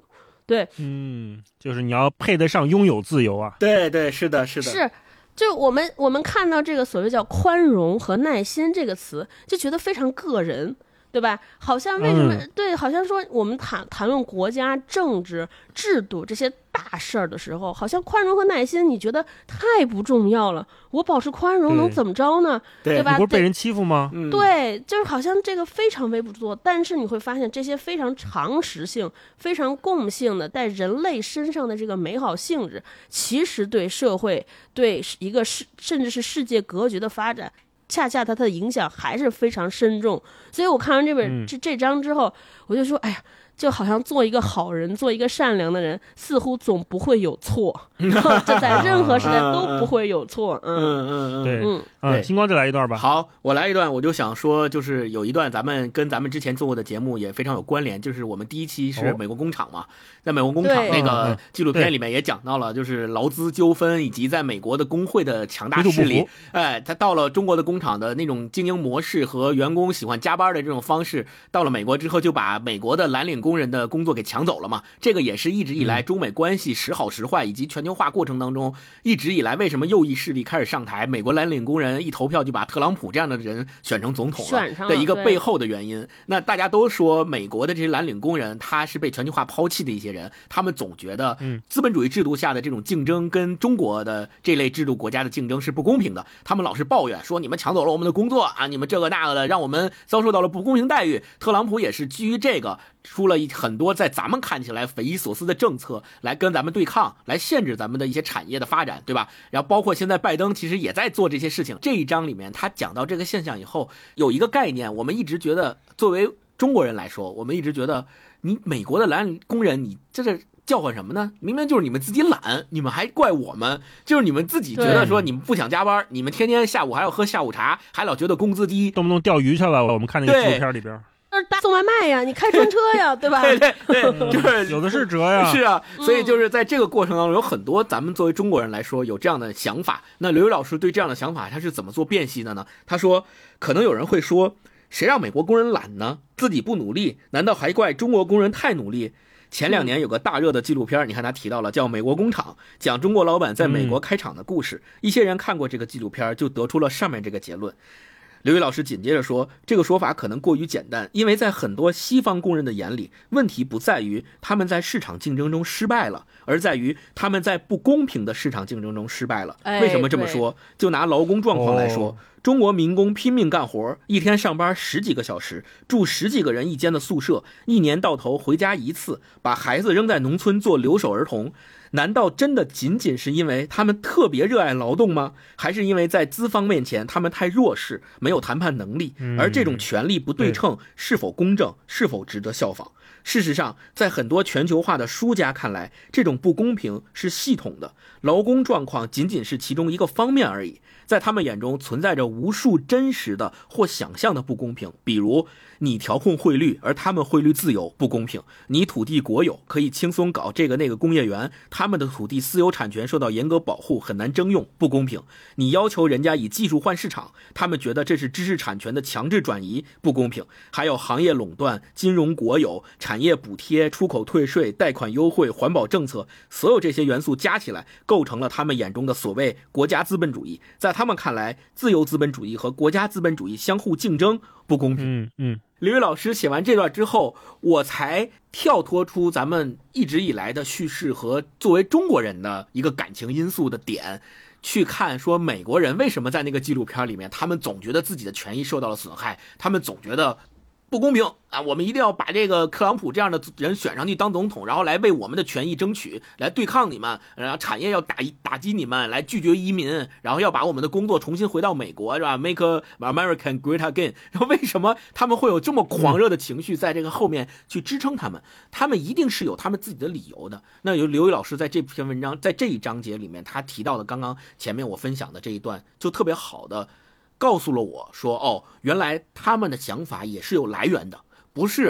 对， 就是你要配得上拥有自由啊。 对对，是的，是的， 是。就我们看到这个所谓叫宽容和耐心这个词，就觉得非常个人，对吧？好像为什么、对，好像说我们谈论国家政治制度这些大事儿的时候，好像宽容和耐心你觉得太不重要了。我保持宽容能怎么着呢？对吧？ 你不是被人欺负吗？ 对，就是好像这个非常微不足道，但是你会发现这些非常常识性、非常共性的在人类身上的这个美好性质，其实对社会、对一个甚至是世界格局的发展，恰恰它的影响还是非常深重。所以我看完这章之后，我就说，哎呀，就好像做一个好人，做一个善良的人，似乎总不会有错，这在任何时代都不会有错。 对，星光再来一段吧。 好，我来一段，我就想说，就是有一段跟咱们之前做过的节目也非常有关联，就是我们第一期是美国工厂嘛，在美国工厂那个纪录片里面也讲到了，就是劳资纠纷以及在美国的工会的强大势力，他到了中国的工厂的那种经营模式和员工喜欢加班的这种方式，到了美国之后就把美国的蓝领工人的工作给抢走了嘛。这个也是一直以来中美关系时好时坏以及全球化过程当中一直以来为什么右翼势力开始上台，美国蓝领工人一投票就把特朗普这样的人选成总统了的一个背后的原因。那大家都说美国的这些蓝领工人他是被全球化抛弃的一些人，他们总觉得资本主义制度下的这种竞争跟中国的这类制度国家的竞争是不公平的，他们老是抱怨说你们抢走了我们的工作啊，你们这个那个的，让我们遭受到了不公平待遇。特朗普也是基于这个出了很多在咱们看起来匪夷所思的政策来跟咱们对抗，来限制咱们的一些产业的发展，对吧？然后包括现在拜登其实也在做这些事情。这一章里面他讲到这个现象以后，有一个概念我们一直觉得，作为中国人来说，我们一直觉得你美国的蓝工人你这是叫唤什么呢？明明就是你们自己懒，你们还怪我们，就是你们自己觉得说你们不想加班，你们天天下午还要喝下午茶，还老觉得工资低， 动不动钓鱼去了。我们看那个纪录片里边送外卖呀，你开专车呀，对吧？ 对，就是有的是辙呀。 是啊，所以就是在这个过程当中，有很多咱们作为中国人来说有这样的想法。那刘宇老师对这样的想法他是怎么做辨析的呢？他说，可能有人会说，谁让美国工人懒呢？自己不努力，难道还怪中国工人太努力？前2年有个大热的纪录片，你看他提到了叫《美国工厂》，讲中国老板在美国开厂的故事。一些人看过这个纪录片，就得出了上面这个结论。刘宇老师紧接着说，这个说法可能过于简单，因为在很多西方工人的眼里，问题不在于他们在市场竞争中失败了，而在于他们在不公平的市场竞争中失败了。为什么这么说？就拿劳工状况来说，中国民工拼命干活，一天上班10几个小时，住10几个人一间的宿舍，一年到头回家一次，把孩子扔在农村做留守儿童。难道真的仅仅是因为他们特别热爱劳动吗？还是因为在资方面前他们太弱势，没有谈判能力？而这种权力不对称是否公正，是否值得效仿？事实上，在很多全球化的书家看来，这种不公平是系统的，劳工状况仅仅是其中一个方面而已。在他们眼中存在着无数真实的或想象的不公平，比如你调控汇率，而他们汇率自由，不公平；你土地国有，可以轻松搞这个那个工业园，他们的土地私有产权受到严格保护，很难征用，不公平；你要求人家以技术换市场，他们觉得这是知识产权的强制转移，不公平；还有行业垄断、金融国有、产业补贴、出口退税、贷款优惠、环保政策，所有这些元素加起来，构成了他们眼中的所谓国家资本主义。在他们看来，自由资本主义和国家资本主义相互竞争，不公平。刘宇老师写完这段之后，我才跳脱出咱们一直以来的叙事和作为中国人的一个感情因素的点，去看说美国人为什么在那个纪录片里面，他们总觉得自己的权益受到了损害，他们总觉得不公平啊！我们一定要把这个特朗普这样的人选上去当总统，然后来为我们的权益争取，来对抗你们，然后产业要打击你们，来拒绝移民，然后要把我们的工作重新回到美国，是吧 ？Make American Great Again。然后为什么他们会有这么狂热的情绪在这个后面去支撑他们？他们一定是有他们自己的理由的。那由刘宇老师在这篇文章，在这一章节里面，他提到的刚刚前面我分享的这一段，就特别好的告诉了我说，哦，原来他们的想法也是有来源的，不是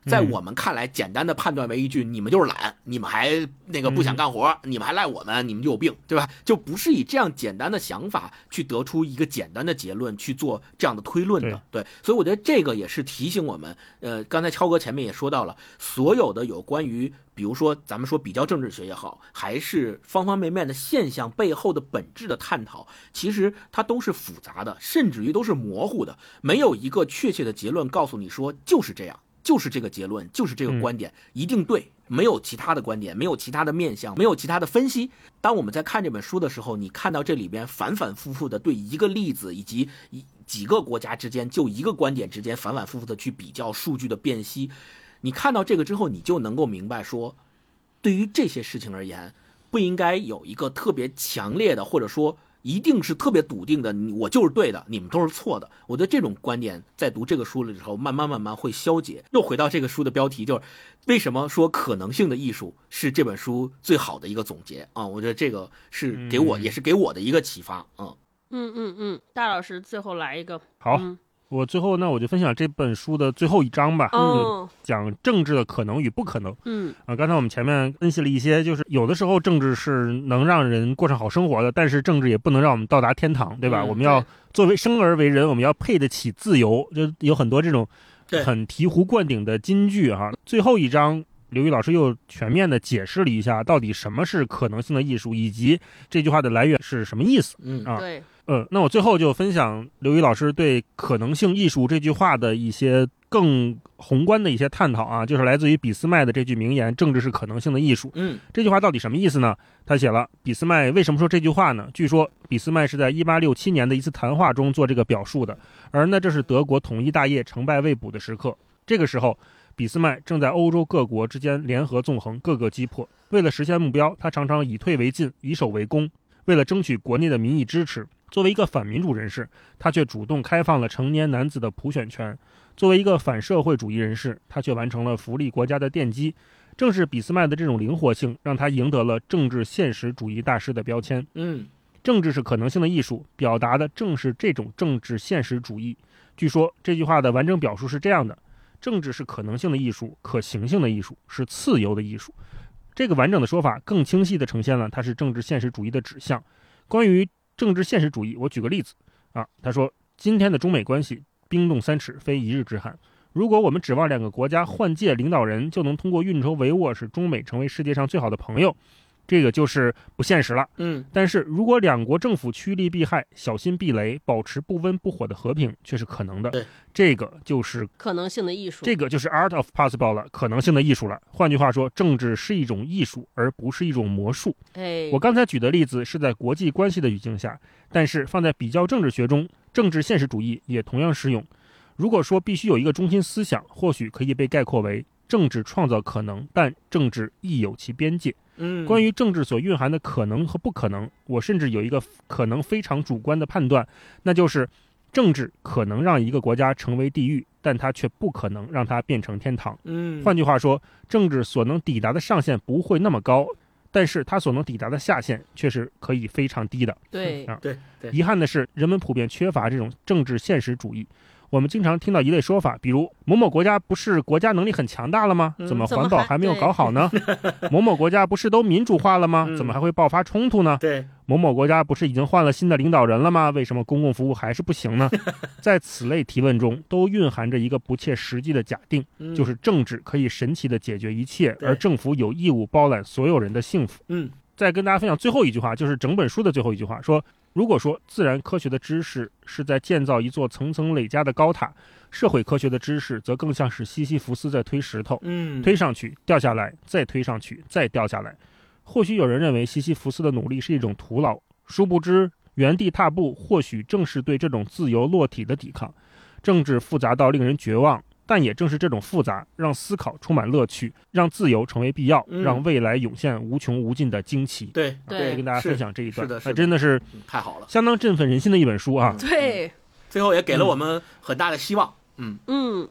在我们看来简单的判断为一句你们就是懒，你们还那个不想干活，你们还赖我们，你们就有病，对吧？就不是以这样简单的想法去得出一个简单的结论去做这样的推论的。对，所以我觉得这个也是提醒我们，刚才超哥前面也说到了，所有的有关于比如说咱们说比较政治学也好，还是方方面面的现象背后的本质的探讨，其实它都是复杂的，甚至于都是模糊的，没有一个确切的结论告诉你说就是这样，就是这个结论，就是这个观点一定对，没有其他的观点，没有其他的面向，没有其他的分析。当我们在看这本书的时候，你看到这里边反反复复的对一个例子以及几个国家之间就一个观点之间反反复复的去比较数据的辨析，你看到这个之后，你就能够明白说，对于这些事情而言，不应该有一个特别强烈的，或者说一定是特别笃定的，我就是对的，你们都是错的。我觉得这种观点在读这个书的时候，慢慢会消解。又回到这个书的标题，就是为什么说可能性的艺术是这本书最好的一个总结啊？我觉得这个是给我，也是给我的一个启发啊。 大老师最后来一个好。我最后呢，我就分享这本书的最后一章吧，讲政治的可能与不可能。刚才我们前面分析了一些，就是有的时候政治是能让人过上好生活的，但是政治也不能让我们到达天堂，对吧？我们要作为生而为人，我们要配得起自由，就有很多这种很醍醐灌顶的金句哈。最后一章，刘瑜老师又全面的解释了一下，到底什么是可能性的艺术，以及这句话的来源是什么意思。 对。 那我最后就分享刘瑜老师对可能性艺术这句话的一些更宏观的一些探讨啊，就是来自于俾斯麦的这句名言，政治是可能性的艺术。这句话到底什么意思呢？他写了，俾斯麦为什么说这句话呢？据说俾斯麦是在1867年的一次谈话中做这个表述的，而呢这是德国统一大业成败未卜的时刻。这个时候俾斯麦正在欧洲各国之间联合纵横，各个击破。为了实现目标，他常常以退为进，以守为攻。为了争取国内的民意支持，作为一个反民主人士，他却主动开放了成年男子的普选权；作为一个反社会主义人士，他却完成了福利国家的奠基。正是俾斯麦的这种灵活性，让他赢得了政治现实主义大师的标签。政治是可能性的艺术，表达的正是这种政治现实主义。据说这句话的完整表述是这样的：政治是可能性的艺术，可行性的艺术，是自由的艺术。这个完整的说法更清晰地呈现了它是政治现实主义的指向。关于政治现实主义，我举个例子他说，今天的中美关系冰冻3尺，非一日之寒。如果我们指望两个国家换届领导人就能通过运筹帷幄使中美成为世界上最好的朋友，这个就是不现实了。但是如果两国政府趋利避害，小心避雷，保持不温不火的和平，却是可能的。这个就是可能性的艺术， 这个就是 art of possible 了，可能性的艺术了。换句话说，政治是一种艺术，而不是一种魔术。我刚才举的例子是在国际关系的语境下，但是放在比较政治学中，政治现实主义也同样适用。如果说必须有一个中心思想，或许可以被概括为政治创造可能，但政治亦有其边界。关于政治所蕴含的可能和不可能，我甚至有一个可能非常主观的判断，那就是政治可能让一个国家成为地狱，但它却不可能让它变成天堂。换句话说，政治所能抵达的上限不会那么高，但是它所能抵达的下限却是可以非常低的。 对。 遗憾的是，人们普遍缺乏这种政治现实主义。我们经常听到一类说法，比如某某国家不是国家能力很强大了吗？怎么环保还没有搞好呢？某某国家不是都民主化了吗？怎么还会爆发冲突呢？某某国家不是已经换了新的领导人了吗？为什么公共服务还是不行呢？在此类提问中，都蕴含着一个不切实际的假定，就是政治可以神奇地解决一切，而政府有义务包揽所有人的幸福。再跟大家分享最后一句话，就是整本书的最后一句话，说如果说自然科学的知识是在建造一座层层累加的高塔，社会科学的知识则更像是西西弗斯在推石头，推上去掉下来，再推上去再掉下来。或许有人认为西西弗斯的努力是一种徒劳，殊不知原地踏步或许正是对这种自由落体的抵抗。政治复杂到令人绝望，但也正是这种复杂让思考充满乐趣，让自由成为必要，让未来涌现无穷无尽的惊奇。 对， 跟大家分享这一段， 是真的是太好了， 相当振奋人心的一本书啊。 对， 最后也给了我们很大的希望。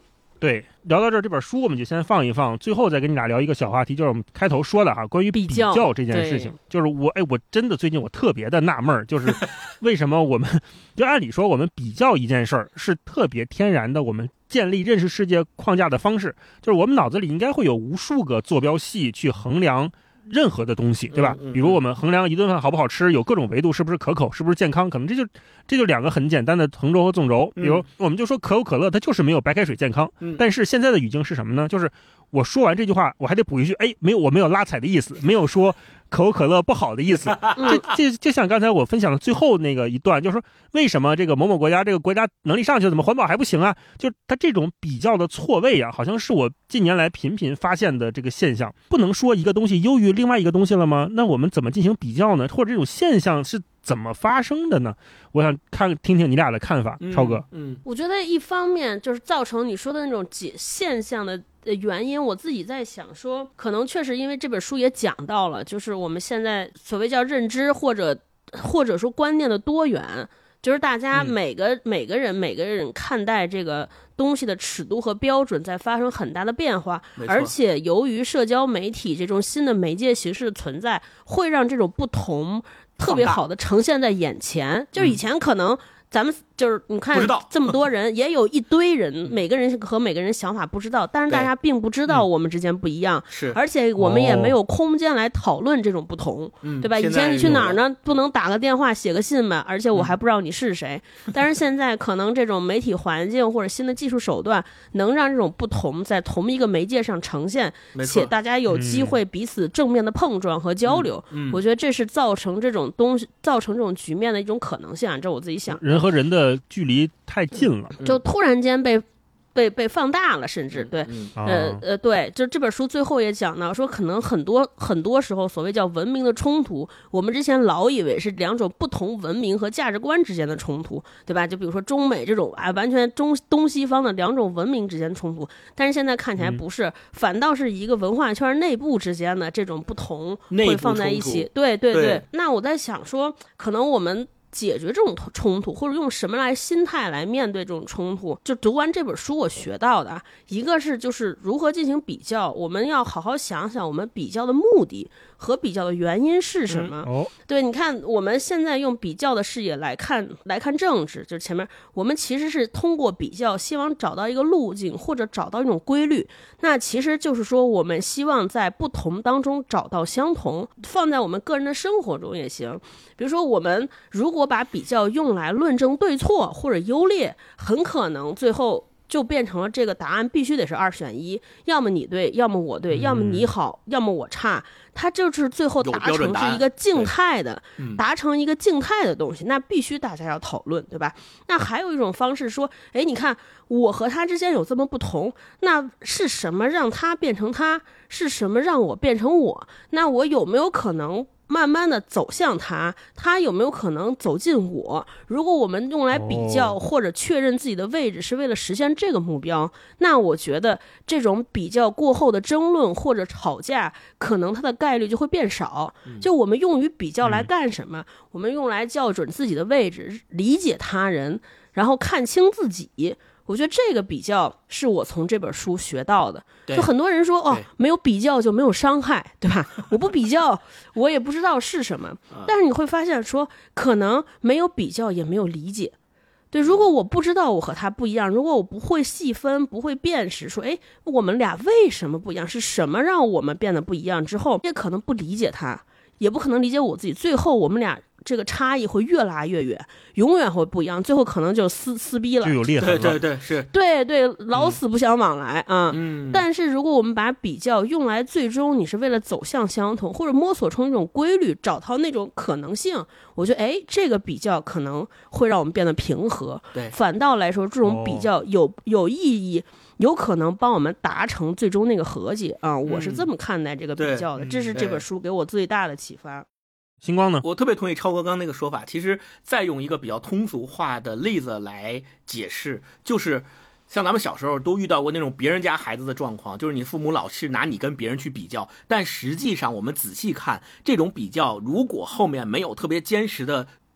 对，聊到这儿，这本书我们就先放一放，最后再跟你俩聊一个小话题，就是我们开头说的关于比较这件事情。就是我真的最近我特别的纳闷，就是为什么我们就按理说我们比较一件事儿是特别天然的，我们建立认识世界框架的方式，就是我们脑子里应该会有无数个坐标系去衡量任何的东西，对吧？比如我们衡量一顿饭好不好吃，有各种维度，是不是可口，是不是健康，可能这就两个很简单的横轴和纵轴。比如我们就说可口可乐它就是没有白开水健康，但是现在的语境是什么呢？就是我说完这句话我还得补一句，我没有拉踩的意思，没有说可口可乐不好的意思。就像刚才我分享的最后那个一段，就是说为什么这个某某国家这个国家能力上去了，怎么环保还不行啊？就是它这种比较的错位啊，好像是我近年来频频发现的这个现象。不能说一个东西优于另外一个东西了吗？那我们怎么进行比较呢？或者这种现象是怎么发生的呢？我想听听你俩的看法，超哥。 我觉得一方面就是造成你说的那种现象的原因，我自己在想说，可能确实因为这本书也讲到了，就是我们现在所谓叫认知或者说观念的多元，就是大家每个人看待这个东西的尺度和标准在发生很大的变化，而且由于社交媒体这种新的媒介形式的存在，会让这种不同特别好的呈现在眼前。就是以前可能咱们就是你看这么多人，也有一堆人，每个人和每个人想法不知道，但是大家并不知道我们之间不一样，而且我们也没有空间来讨论这种不同，对吧？以前你去哪儿呢，不能打个电话写个信嘛，而且我还不知道你是谁。但是现在可能这种媒体环境或者新的技术手段，能让这种不同在同一个媒介上呈现，且大家有机会彼此正面的碰撞和交流。我觉得这是造成这种局面的一种可能性，这我自己想。 人和人的距离太近了， 就突然间被放大了，甚至对，对，就这本书最后也讲到说，可能很多时候所谓叫文明的冲突，我们之前老以为是两种不同文明和价值观之间的冲突，对吧？就比如说中美这种完全东西方的两种文明之间的冲突，但是现在看起来不是，反倒是一个文化圈内部之间的这种不同会放在一起。对，那我在想说，可能我们解决这种冲突，或者用什么心态来面对这种冲突，就读完这本书我学到的一个是就是如何进行比较，我们要好好想想我们比较的目的和比较的原因是什么。对，你看我们现在用比较的视野来看政治，就是前面我们其实是通过比较希望找到一个路径或者找到一种规律，那其实就是说我们希望在不同当中找到相同，放在我们个人的生活中也行。比如说我们如果把比较用来论证对错或者优劣，很可能最后就变成了这个答案必须得是2选1，要么你对，要么我对，要么你好，要么我差。它就是最后达成是一个静态的，达成一个静态的东西，那必须大家要讨论，对吧？那还有一种方式说，你看我和他之间有这么不同，那是什么让他变成他？是什么让我变成我？那我有没有可能慢慢的走向他有没有可能走进我？如果我们用来比较或者确认自己的位置是为了实现这个目标，那我觉得这种比较过后的争论或者吵架，可能它的概率就会变少。就我们用于比较来干什么？我们用来校准自己的位置，理解他人，然后看清自己。我觉得这个比较是我从这本书学到的。就很多人说没有比较就没有伤害，对吧？我不比较我也不知道是什么。但是你会发现说可能没有比较也没有理解。对，如果我不知道我和他不一样，如果我不会细分，不会辨识说我们俩为什么不一样，是什么让我们变得不一样之后，也可能不理解他，也不可能理解我自己，最后我们俩这个差异会越拉越远，永远会不一样，最后可能就撕逼了， 就有裂痕了。 对是， 对，老死不相往来啊。但是如果我们把比较用来最终你是为了走向相同，或者摸索出一种规律，找到那种可能性，我觉得这个比较可能会让我们变得平和。 对， 反倒来说这种比较有意义，有可能帮我们达成最终那个和解啊。我是这么看待这个比较的，这是这本书给我最大的启发。 星光呢？ 我特别同意超哥刚那个说法，其实再用一个比较通俗化的例子来解释，就是像咱们小时候都遇到过那种别人家孩子的状况，就是你父母老是拿你跟别人去比较，但实际上我们仔细看这种比较，如果后面没有特别坚实的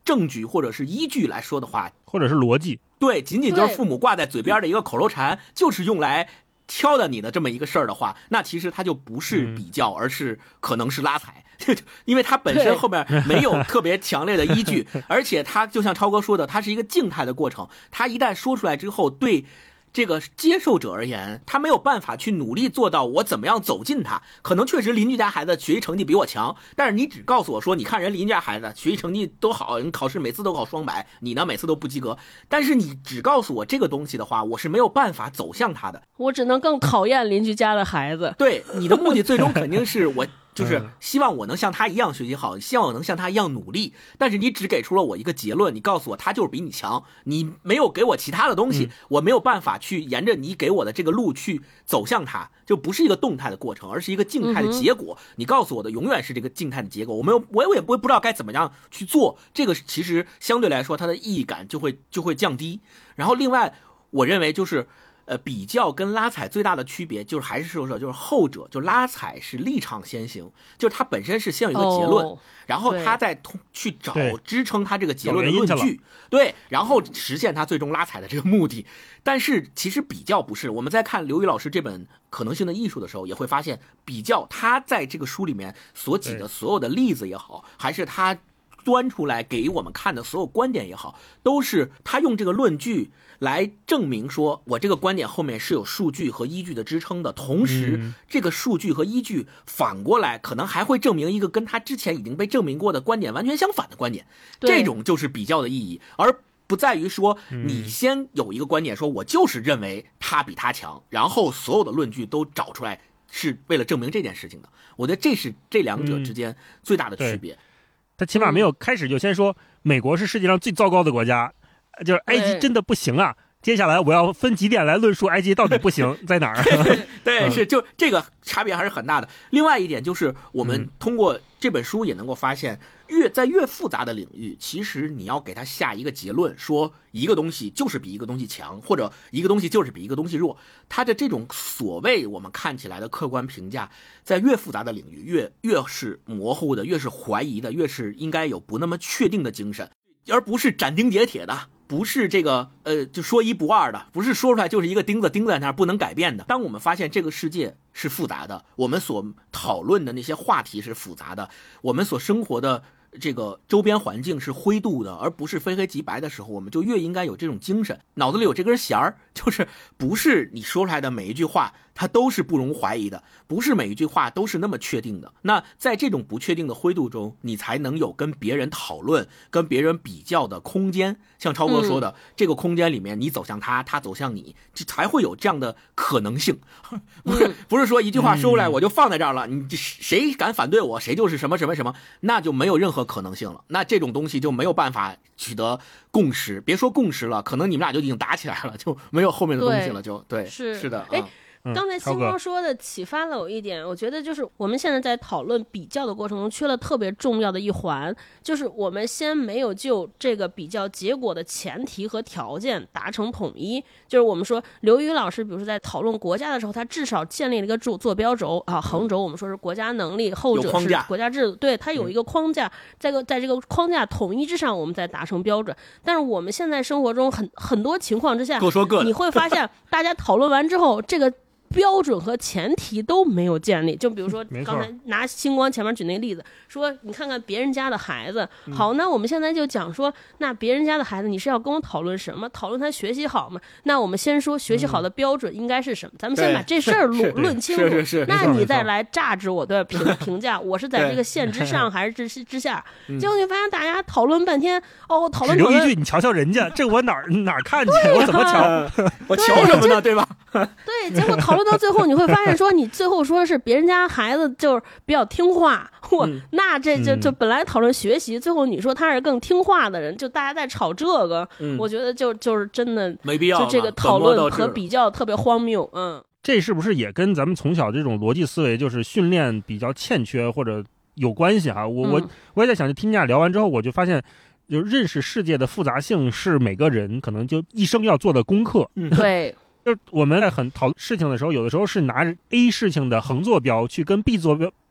证据或者是依据来说的话， 或者是逻辑， 对，仅仅就是父母挂在嘴边的一个口头禅，就是用来挑的你的这么一个事儿的话，那其实它就不是比较，而是可能是拉踩，因为它本身后面没有特别强烈的依据，而且它就像超哥说的，它是一个静态的过程，它一旦说出来之后，对这个接受者而言，他没有办法去努力做到我怎么样走近他。可能确实邻居家孩子学习成绩比我强，但是你只告诉我说，你看人邻居家孩子学习成绩都好，人考试每次都考双百，你呢每次都不及格。但是你只告诉我这个东西的话，我是没有办法走向他的。 我只能更讨厌邻居家的孩子。 对，你的目的最终肯定是我。就是希望我能像他一样学习好，希望我能像他一样努力，但是你只给出了我一个结论，你告诉我他就是比你强，你没有给我其他的东西，我没有办法去沿着你给我的这个路去走向他，就不是一个动态的过程，而是一个静态的结果。你告诉我的永远是这个静态的结果，我也不知道该怎么样去做，这个其实相对来说它的意义感就会降低。然后另外，我认为就是比较跟拉踩最大的区别就是还是说就是后者，就拉踩是立场先行，就是它本身是先有一个结论，然后他再去找支撑他这个结论的论据，对，然后实现他最终拉踩的这个目的。但是其实比较不是，我们在看刘宇老师这本《可能性的艺术》的时候，也会发现比较他在这个书里面所举的所有的例子也好，还是他端出来给我们看的所有观点也好，都是他用这个论据来证明说我这个观点后面是有数据和依据的支撑的，同时这个数据和依据反过来可能还会证明一个跟他之前已经被证明过的观点完全相反的观点，这种就是比较的意义，而不在于说你先有一个观点说我就是认为他比他强，然后所有的论据都找出来是为了证明这件事情的。我觉得这是这两者之间最大的区别。 他起码没有开始就先说美国是世界上最糟糕的国家，就是埃及真的不行啊。接下来我要分几点来论述埃及到底不行在哪儿。 对，是就这个差别还是很大的。另外一点就是我们通过这本书也能够发现，在越复杂的领域，其实你要给它下一个结论，说一个东西就是比一个东西强，或者一个东西就是比一个东西弱，它的这种所谓我们看起来的客观评价，在越复杂的领域越是模糊的，越是怀疑的，越是应该有不那么确定的精神，而不是斩钉截铁的。不是这个就说一不二的，不是说出来就是一个钉子钉在那儿不能改变的。当我们发现这个世界是复杂的，我们所讨论的那些话题是复杂的，我们所生活的这个周边环境是灰度的，而不是非黑即白的时候，我们就越应该有这种精神，脑子里有这根弦儿，就是不是你说出来的每一句话它都是不容怀疑的，不是每一句话都是那么确定的。那在这种不确定的灰度中，你才能有跟别人讨论、跟别人比较的空间。像超哥说的，这个空间里面，你走向他，他走向你，这才会有这样的可能性。不是说一句话说出来我就放在这儿了，你谁敢反对我，谁就是什么什么什么，那就没有任何可能性了。那这种东西就没有办法取得共识，别说共识了，可能你们俩就已经打起来了，就没有后面的东西了。就对，是的。 刚才星光说的启发了我一点，我觉得就是我们现在在讨论比较的过程中缺了特别重要的一环，就是我们先没有就这个比较结果的前提和条件达成统一。就是我们说刘宇老师比如说在讨论国家的时候，他至少建立了一个坐标轴啊，横轴我们说是国家能力，后者是国家制度，对，它有一个框架，在这个框架统一之上我们再达成标准。但是我们现在生活中很多情况之下， 各说各的， 你会发现大家讨论完之后，这个标准和前提都没有建立。就比如说刚才拿星光前面举那个例子，说你看看别人家的孩子，好，那我们现在就讲说，那别人家的孩子你是要跟我讨论什么？讨论他学习好吗？那我们先说学习好的标准应该是什么？咱们先把这事儿论清楚，那你再来榨汁我的评价，我是在这个线之上还是之下？结果你发现大家讨论半天，讨论留一句，你瞧瞧人家，这我哪儿看见？我怎么瞧？ 我瞧什么呢？对吧？ 对，结果讨论到最后，你会发现说，你最后说的是别人家孩子就是比较听话，那这就本来讨论学习，最后你说他是更听话的人，就大家在吵这个，我觉得就是真的没必要， 就这个讨论和比较特别荒谬。 这是不是也跟咱们从小这种逻辑思维就是训练比较欠缺或者有关系啊？我也在想，就听你俩聊完之后，我就发现，就认识世界的复杂性是每个人可能就一生要做的功课。 对。 就我们在讨论事情的时候，有的时候是拿着 A 事情的横坐标去跟 B 坐标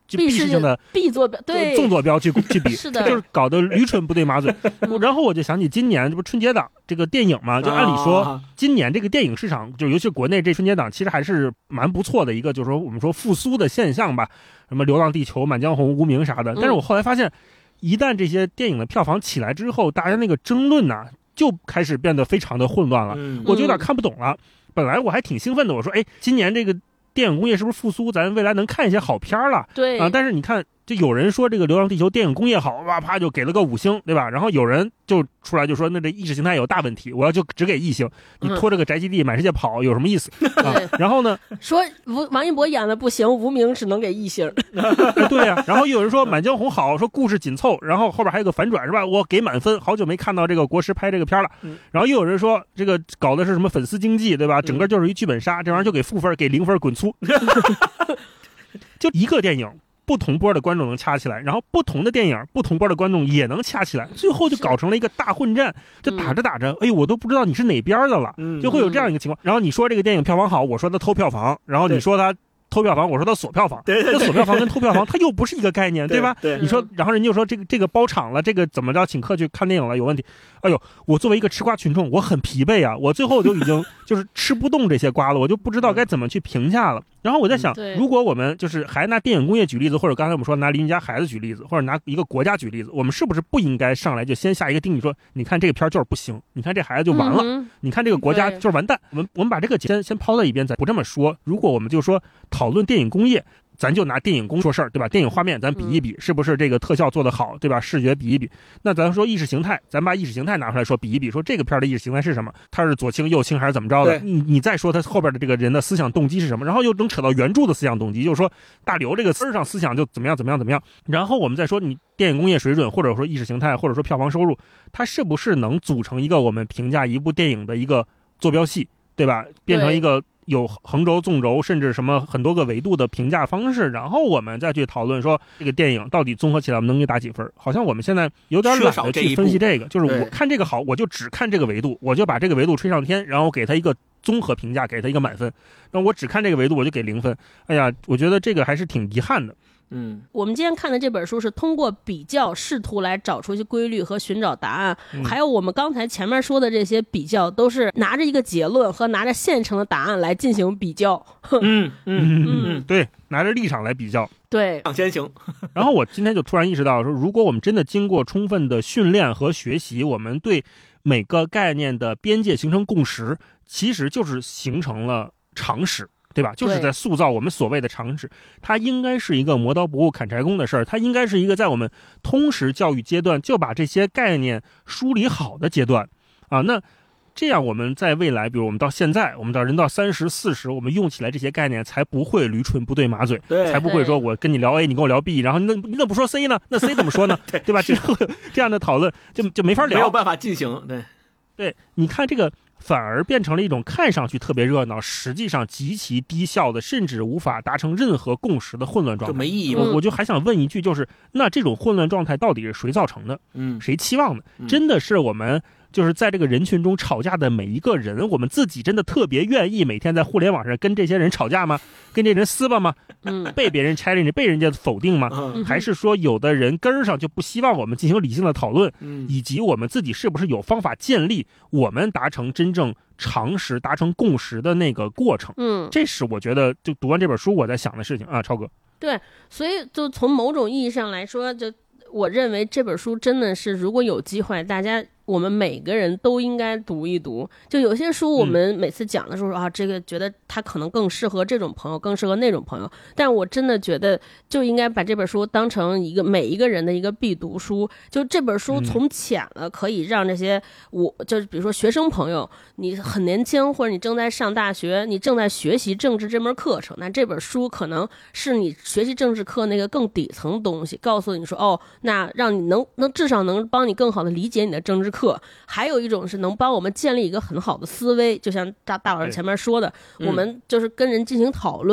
就必须性的必坐标，对， 纵坐标去比， 是的， 就是搞得驴唇不对马嘴。然后我就想起今年这不春节档这个电影嘛，就按理说今年这个电影市场，就尤其国内这春节档，其实还是蛮不错的一个，就是说我们说复苏的现象吧，什么《流浪地球》《满江红》《无名》啥的。但是我后来发现，一旦这些电影的票房起来之后，大家那个争论呢，就开始变得非常的混乱了，我就有点看不懂了。本来我还挺兴奋的，我说，哎，今年这个电影工业是不是复苏？咱未来能看一些好片了。 对啊，但是你看，就有人说这个《流浪地球》电影工业好，哇啪就给了个5星，对吧？然后有人就出来就说，那这意识形态有大问题，我要就只给1星。你拖着个宅基地满世界跑有什么意思？然后呢， 说王一博演的不行，无名只能给1星。 对呀，然后又有人说《满江红》好，说故事紧凑，然后后边还有个反转，是吧？我给满分，好久没看到这个国师拍这个片了。然后又有人说这个搞的是什么粉丝经济，对吧？整个就是一剧本杀，这玩意儿就给负分，给0分，滚粗。就一个电影，不同波的观众能掐起来，然后不同的电影，不同波的观众也能掐起来，最后就搞成了一个大混战。就打着打着，哎，我都不知道你是哪边的了，就会有这样一个情况。然后你说这个电影票房好，我说它偷票房，然后你说它偷票房，我说它锁票房，这锁票房跟偷票房它又不是一个概念，对吧？你说，然后人家就说这个包场了，这个怎么着请客去看电影了有问题。哎呦，我作为一个吃瓜群众，我很疲惫啊，我最后就已经就是吃不动这些瓜了，我就不知道该怎么去评价了。然后我在想，如果我们就是还拿电影工业举例子，或者刚才我们说拿邻居家孩子举例子，或者拿一个国家举例子，我们是不是不应该上来就先下一个定义，说你看这个片就是不行，你看这孩子就完了，你看这个国家就是完蛋。我们把这个先抛在一边，咱不这么说。如果我们就说讨论电影工业，咱就拿电影工说事儿，对吧？电影画面咱比一比，是不是这个特效做得好，对吧？视觉比一比。那咱说意识形态，咱把意识形态拿出来说比一比，说这个片的意识形态是什么？它是左倾右倾还是怎么着的？你再说它后边的这个人的思想动机是什么？然后又能扯到原著的思想动机，就是说大刘这个词上思想就怎么样怎么样怎么样。然后我们再说你电影工业水准，或者说意识形态，或者说票房收入，它是不是能组成一个我们评价一部电影的一个坐标系，对吧？变成一个有横轴、纵轴，甚至什么很多个维度的评价方式，然后我们再去讨论说这个电影到底综合起来我们能给打几分。好像我们现在有点懒得去分析这个，就是我看这个好，我就只看这个维度，我就把这个维度吹上天，然后给它一个综合评价，给它一个满分。那我只看这个维度，我就给0分。哎呀，我觉得这个还是挺遗憾的。 我们今天看的这本书是通过比较试图来找出一些规律和寻找答案，还有我们刚才前面说的这些比较都是拿着一个结论和拿着现成的答案来进行比较。 对，拿着立场来比较， 对， 先行。 然后我今天就突然意识到说，如果我们真的经过充分的训练和学习，我们对每个概念的边界形成共识，其实就是形成了常识，对吧？就是在塑造我们所谓的常识。它应该是一个磨刀不误砍柴工的事儿，它应该是一个在我们通识教育阶段就把这些概念梳理好的阶段啊。那这样我们在未来，比如我们到现在，我们到人到30、40，我们用起来这些概念才不会驴唇不对马嘴，才不会说我跟你聊 A， 你跟我聊 B， 然后你怎么不说 C 呢？那 C 怎么说呢？对吧？这样的讨论就没法聊， 没有办法进行。 对，你看这个反而变成了一种看上去特别热闹，实际上极其低效的，甚至无法达成任何共识的混乱状态， 就没意义。 我就还想问一句，就是那这种混乱状态到底是谁造成的？谁期望的？真的是我们就是在这个人群中吵架的每一个人，我们自己真的特别愿意每天在互联网上跟这些人吵架吗？跟这人撕巴吗？被别人challenge，被人家否定吗？还是说有的人根儿上就不希望我们进行理性的讨论？以及我们自己是不是有方法建立我们达成真正常识、达成共识的那个过程？这是我觉得就读完这本书我在想的事情啊，超哥。 对，所以就从某种意义上来说，就我认为这本书真的是，如果有机会，我们每个人都应该读一读。就有些书我们每次讲的时候啊，这个觉得它可能更适合这种朋友，更适合那种朋友，但我真的觉得就应该把这本书当成每一个人的一个必读书。就这本书从浅了可以让这些就是比如说学生朋友，你很年轻，或者你正在上大学，你正在学习政治这门课程，那这本书可能是你学习政治课那个更底层的东西，告诉你说哦，那让你能至少能帮你更好的理解你的政治课。还有一种是能帮我们建立一个很好的思维，就像大老师前面说的，我们就是跟人进行讨论，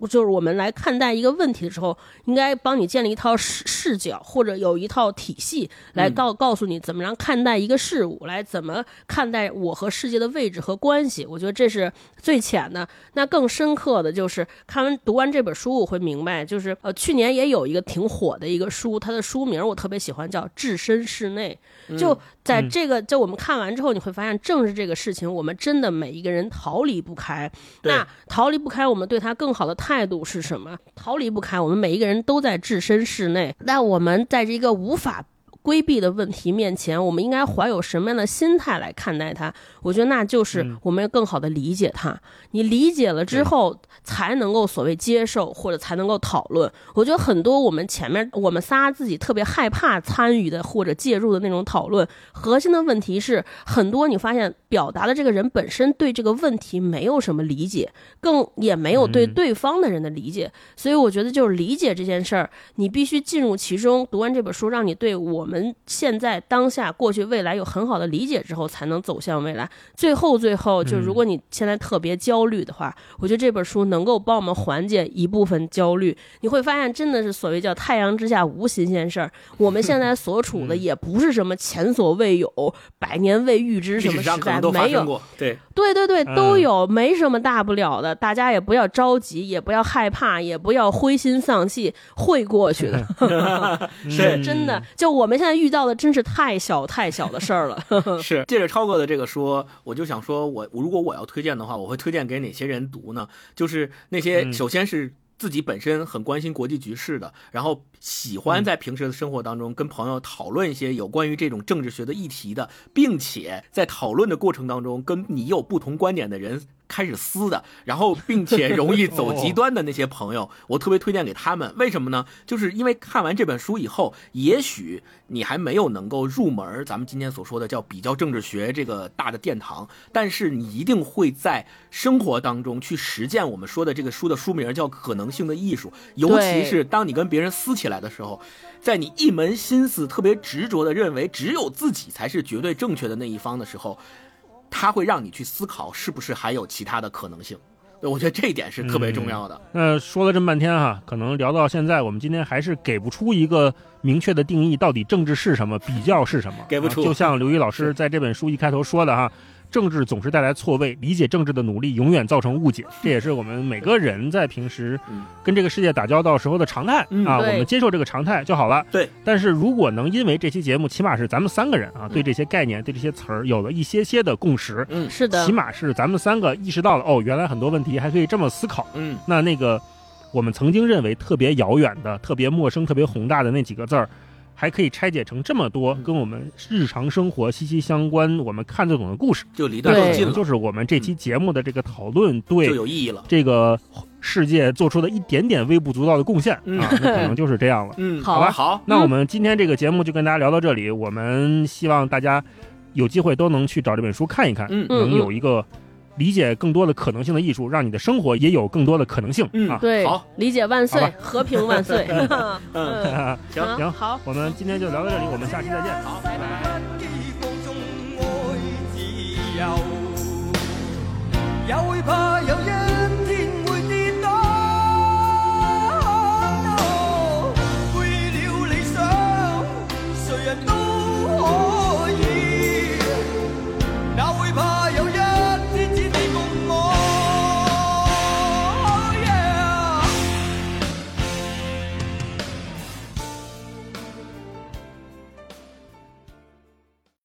就是我们来看待一个问题的时候，应该帮你建立一套视角，或者有一套体系来告诉你怎么样看待一个事物，来怎么看待我和世界的位置和关系。我觉得这是最浅的。那更深刻的就是读完这本书，我会明白，就是去年也有一个挺火的一个书，它的书名我特别喜欢，叫《置身事内》。就在这个就我们看完之后，你会发现政治这个事情，我们真的每一个人逃离不开。那逃离不开，我们对它更好的态度是什么？逃离不开，我们每一个人都在置身事内。那我们在这个无法规避的问题面前，我们应该怀有什么样的心态来看待它？我觉得那就是我们要更好的理解它。你理解了之后，才能够所谓接受，或者才能够讨论。我觉得很多我们前面我们仨自己特别害怕参与的或者介入的那种讨论，核心的问题是很多你发现表达的这个人本身对这个问题没有什么理解，更也没有对对方的人的理解。所以我觉得就是理解这件事儿，你必须进入其中，读完这本书，让你对我们现在当下过去未来有很好的理解之后，才能走向未来。最后就如果你现在特别焦虑的话，我觉得这本书能够帮我们缓解一部分焦虑。你会发现真的是所谓叫太阳之下无新鲜事儿，我们现在所处的也不是什么前所未有百年未遇之什么时代，没有，对，都有，没什么大不了的。大家也不要着急，也不要害怕，也不要灰心丧气，会过去的。是真的，就我们现在遇到的真是太小的事儿了。 是借着超哥的这个说，我就想说，如果我要推荐的话，我会推荐给哪些人读呢？就是那些首先是自己本身很关心国际局势的，然后喜欢在平时的生活当中跟朋友讨论一些有关于这种政治学的议题的，并且在讨论的过程当中跟你有不同观点的人开始撕的，然后并且容易走极端的那些朋友，我特别推荐给他们。为什么呢？就是因为看完这本书以后，也许你还没有能够入门咱们今天所说的叫比较政治学这个大的殿堂，但是你一定会在生活当中去实践我们说的这个书的书名叫《可能性的艺术》，尤其是当你跟别人撕起来的时候，在你一门心思特别执着的认为只有自己才是绝对正确的那一方的时候，它会让你去思考是不是还有其他的可能性。我觉得这一点是特别重要的。 说了这么半天哈，可能聊到现在，我们今天还是给不出一个明确的定义，到底政治是什么，比较是什么， 给不出。 就像刘瑜老师在这本书一开头说的哈，政治总是带来错位，理解政治的努力永远造成误解，这也是我们每个人在平时跟这个世界打交道时候的常态啊。我们接受这个常态就好了。 对。 但是如果能因为这期节目，起码是咱们三个人啊，对这些概念、对这些词儿有了一些的共识， 是的， 起码是咱们三个意识到了哦，原来很多问题还可以这么思考。那个我们曾经认为特别遥远的、特别陌生、特别宏大的那几个字儿，还可以拆解成这么多跟我们日常生活息息相关、我们看得懂的故事， 就离得更近了。 就是我们这期节目的这个讨论对就有意义了， 这个世界做出的一点点微不足道的贡献啊，那可能就是这样了。好吧， 好， 那我们今天这个节目就跟大家聊到这里。我们希望大家有机会都能去找这本书看一看，能有一个理解更多的可能性的艺术，让你的生活也有更多的可能性啊！ 对， 好， 理解万岁，和平万岁。 行， 好， 我们今天就聊到这里，我们下期再见。 好，拜拜。 也會怕有一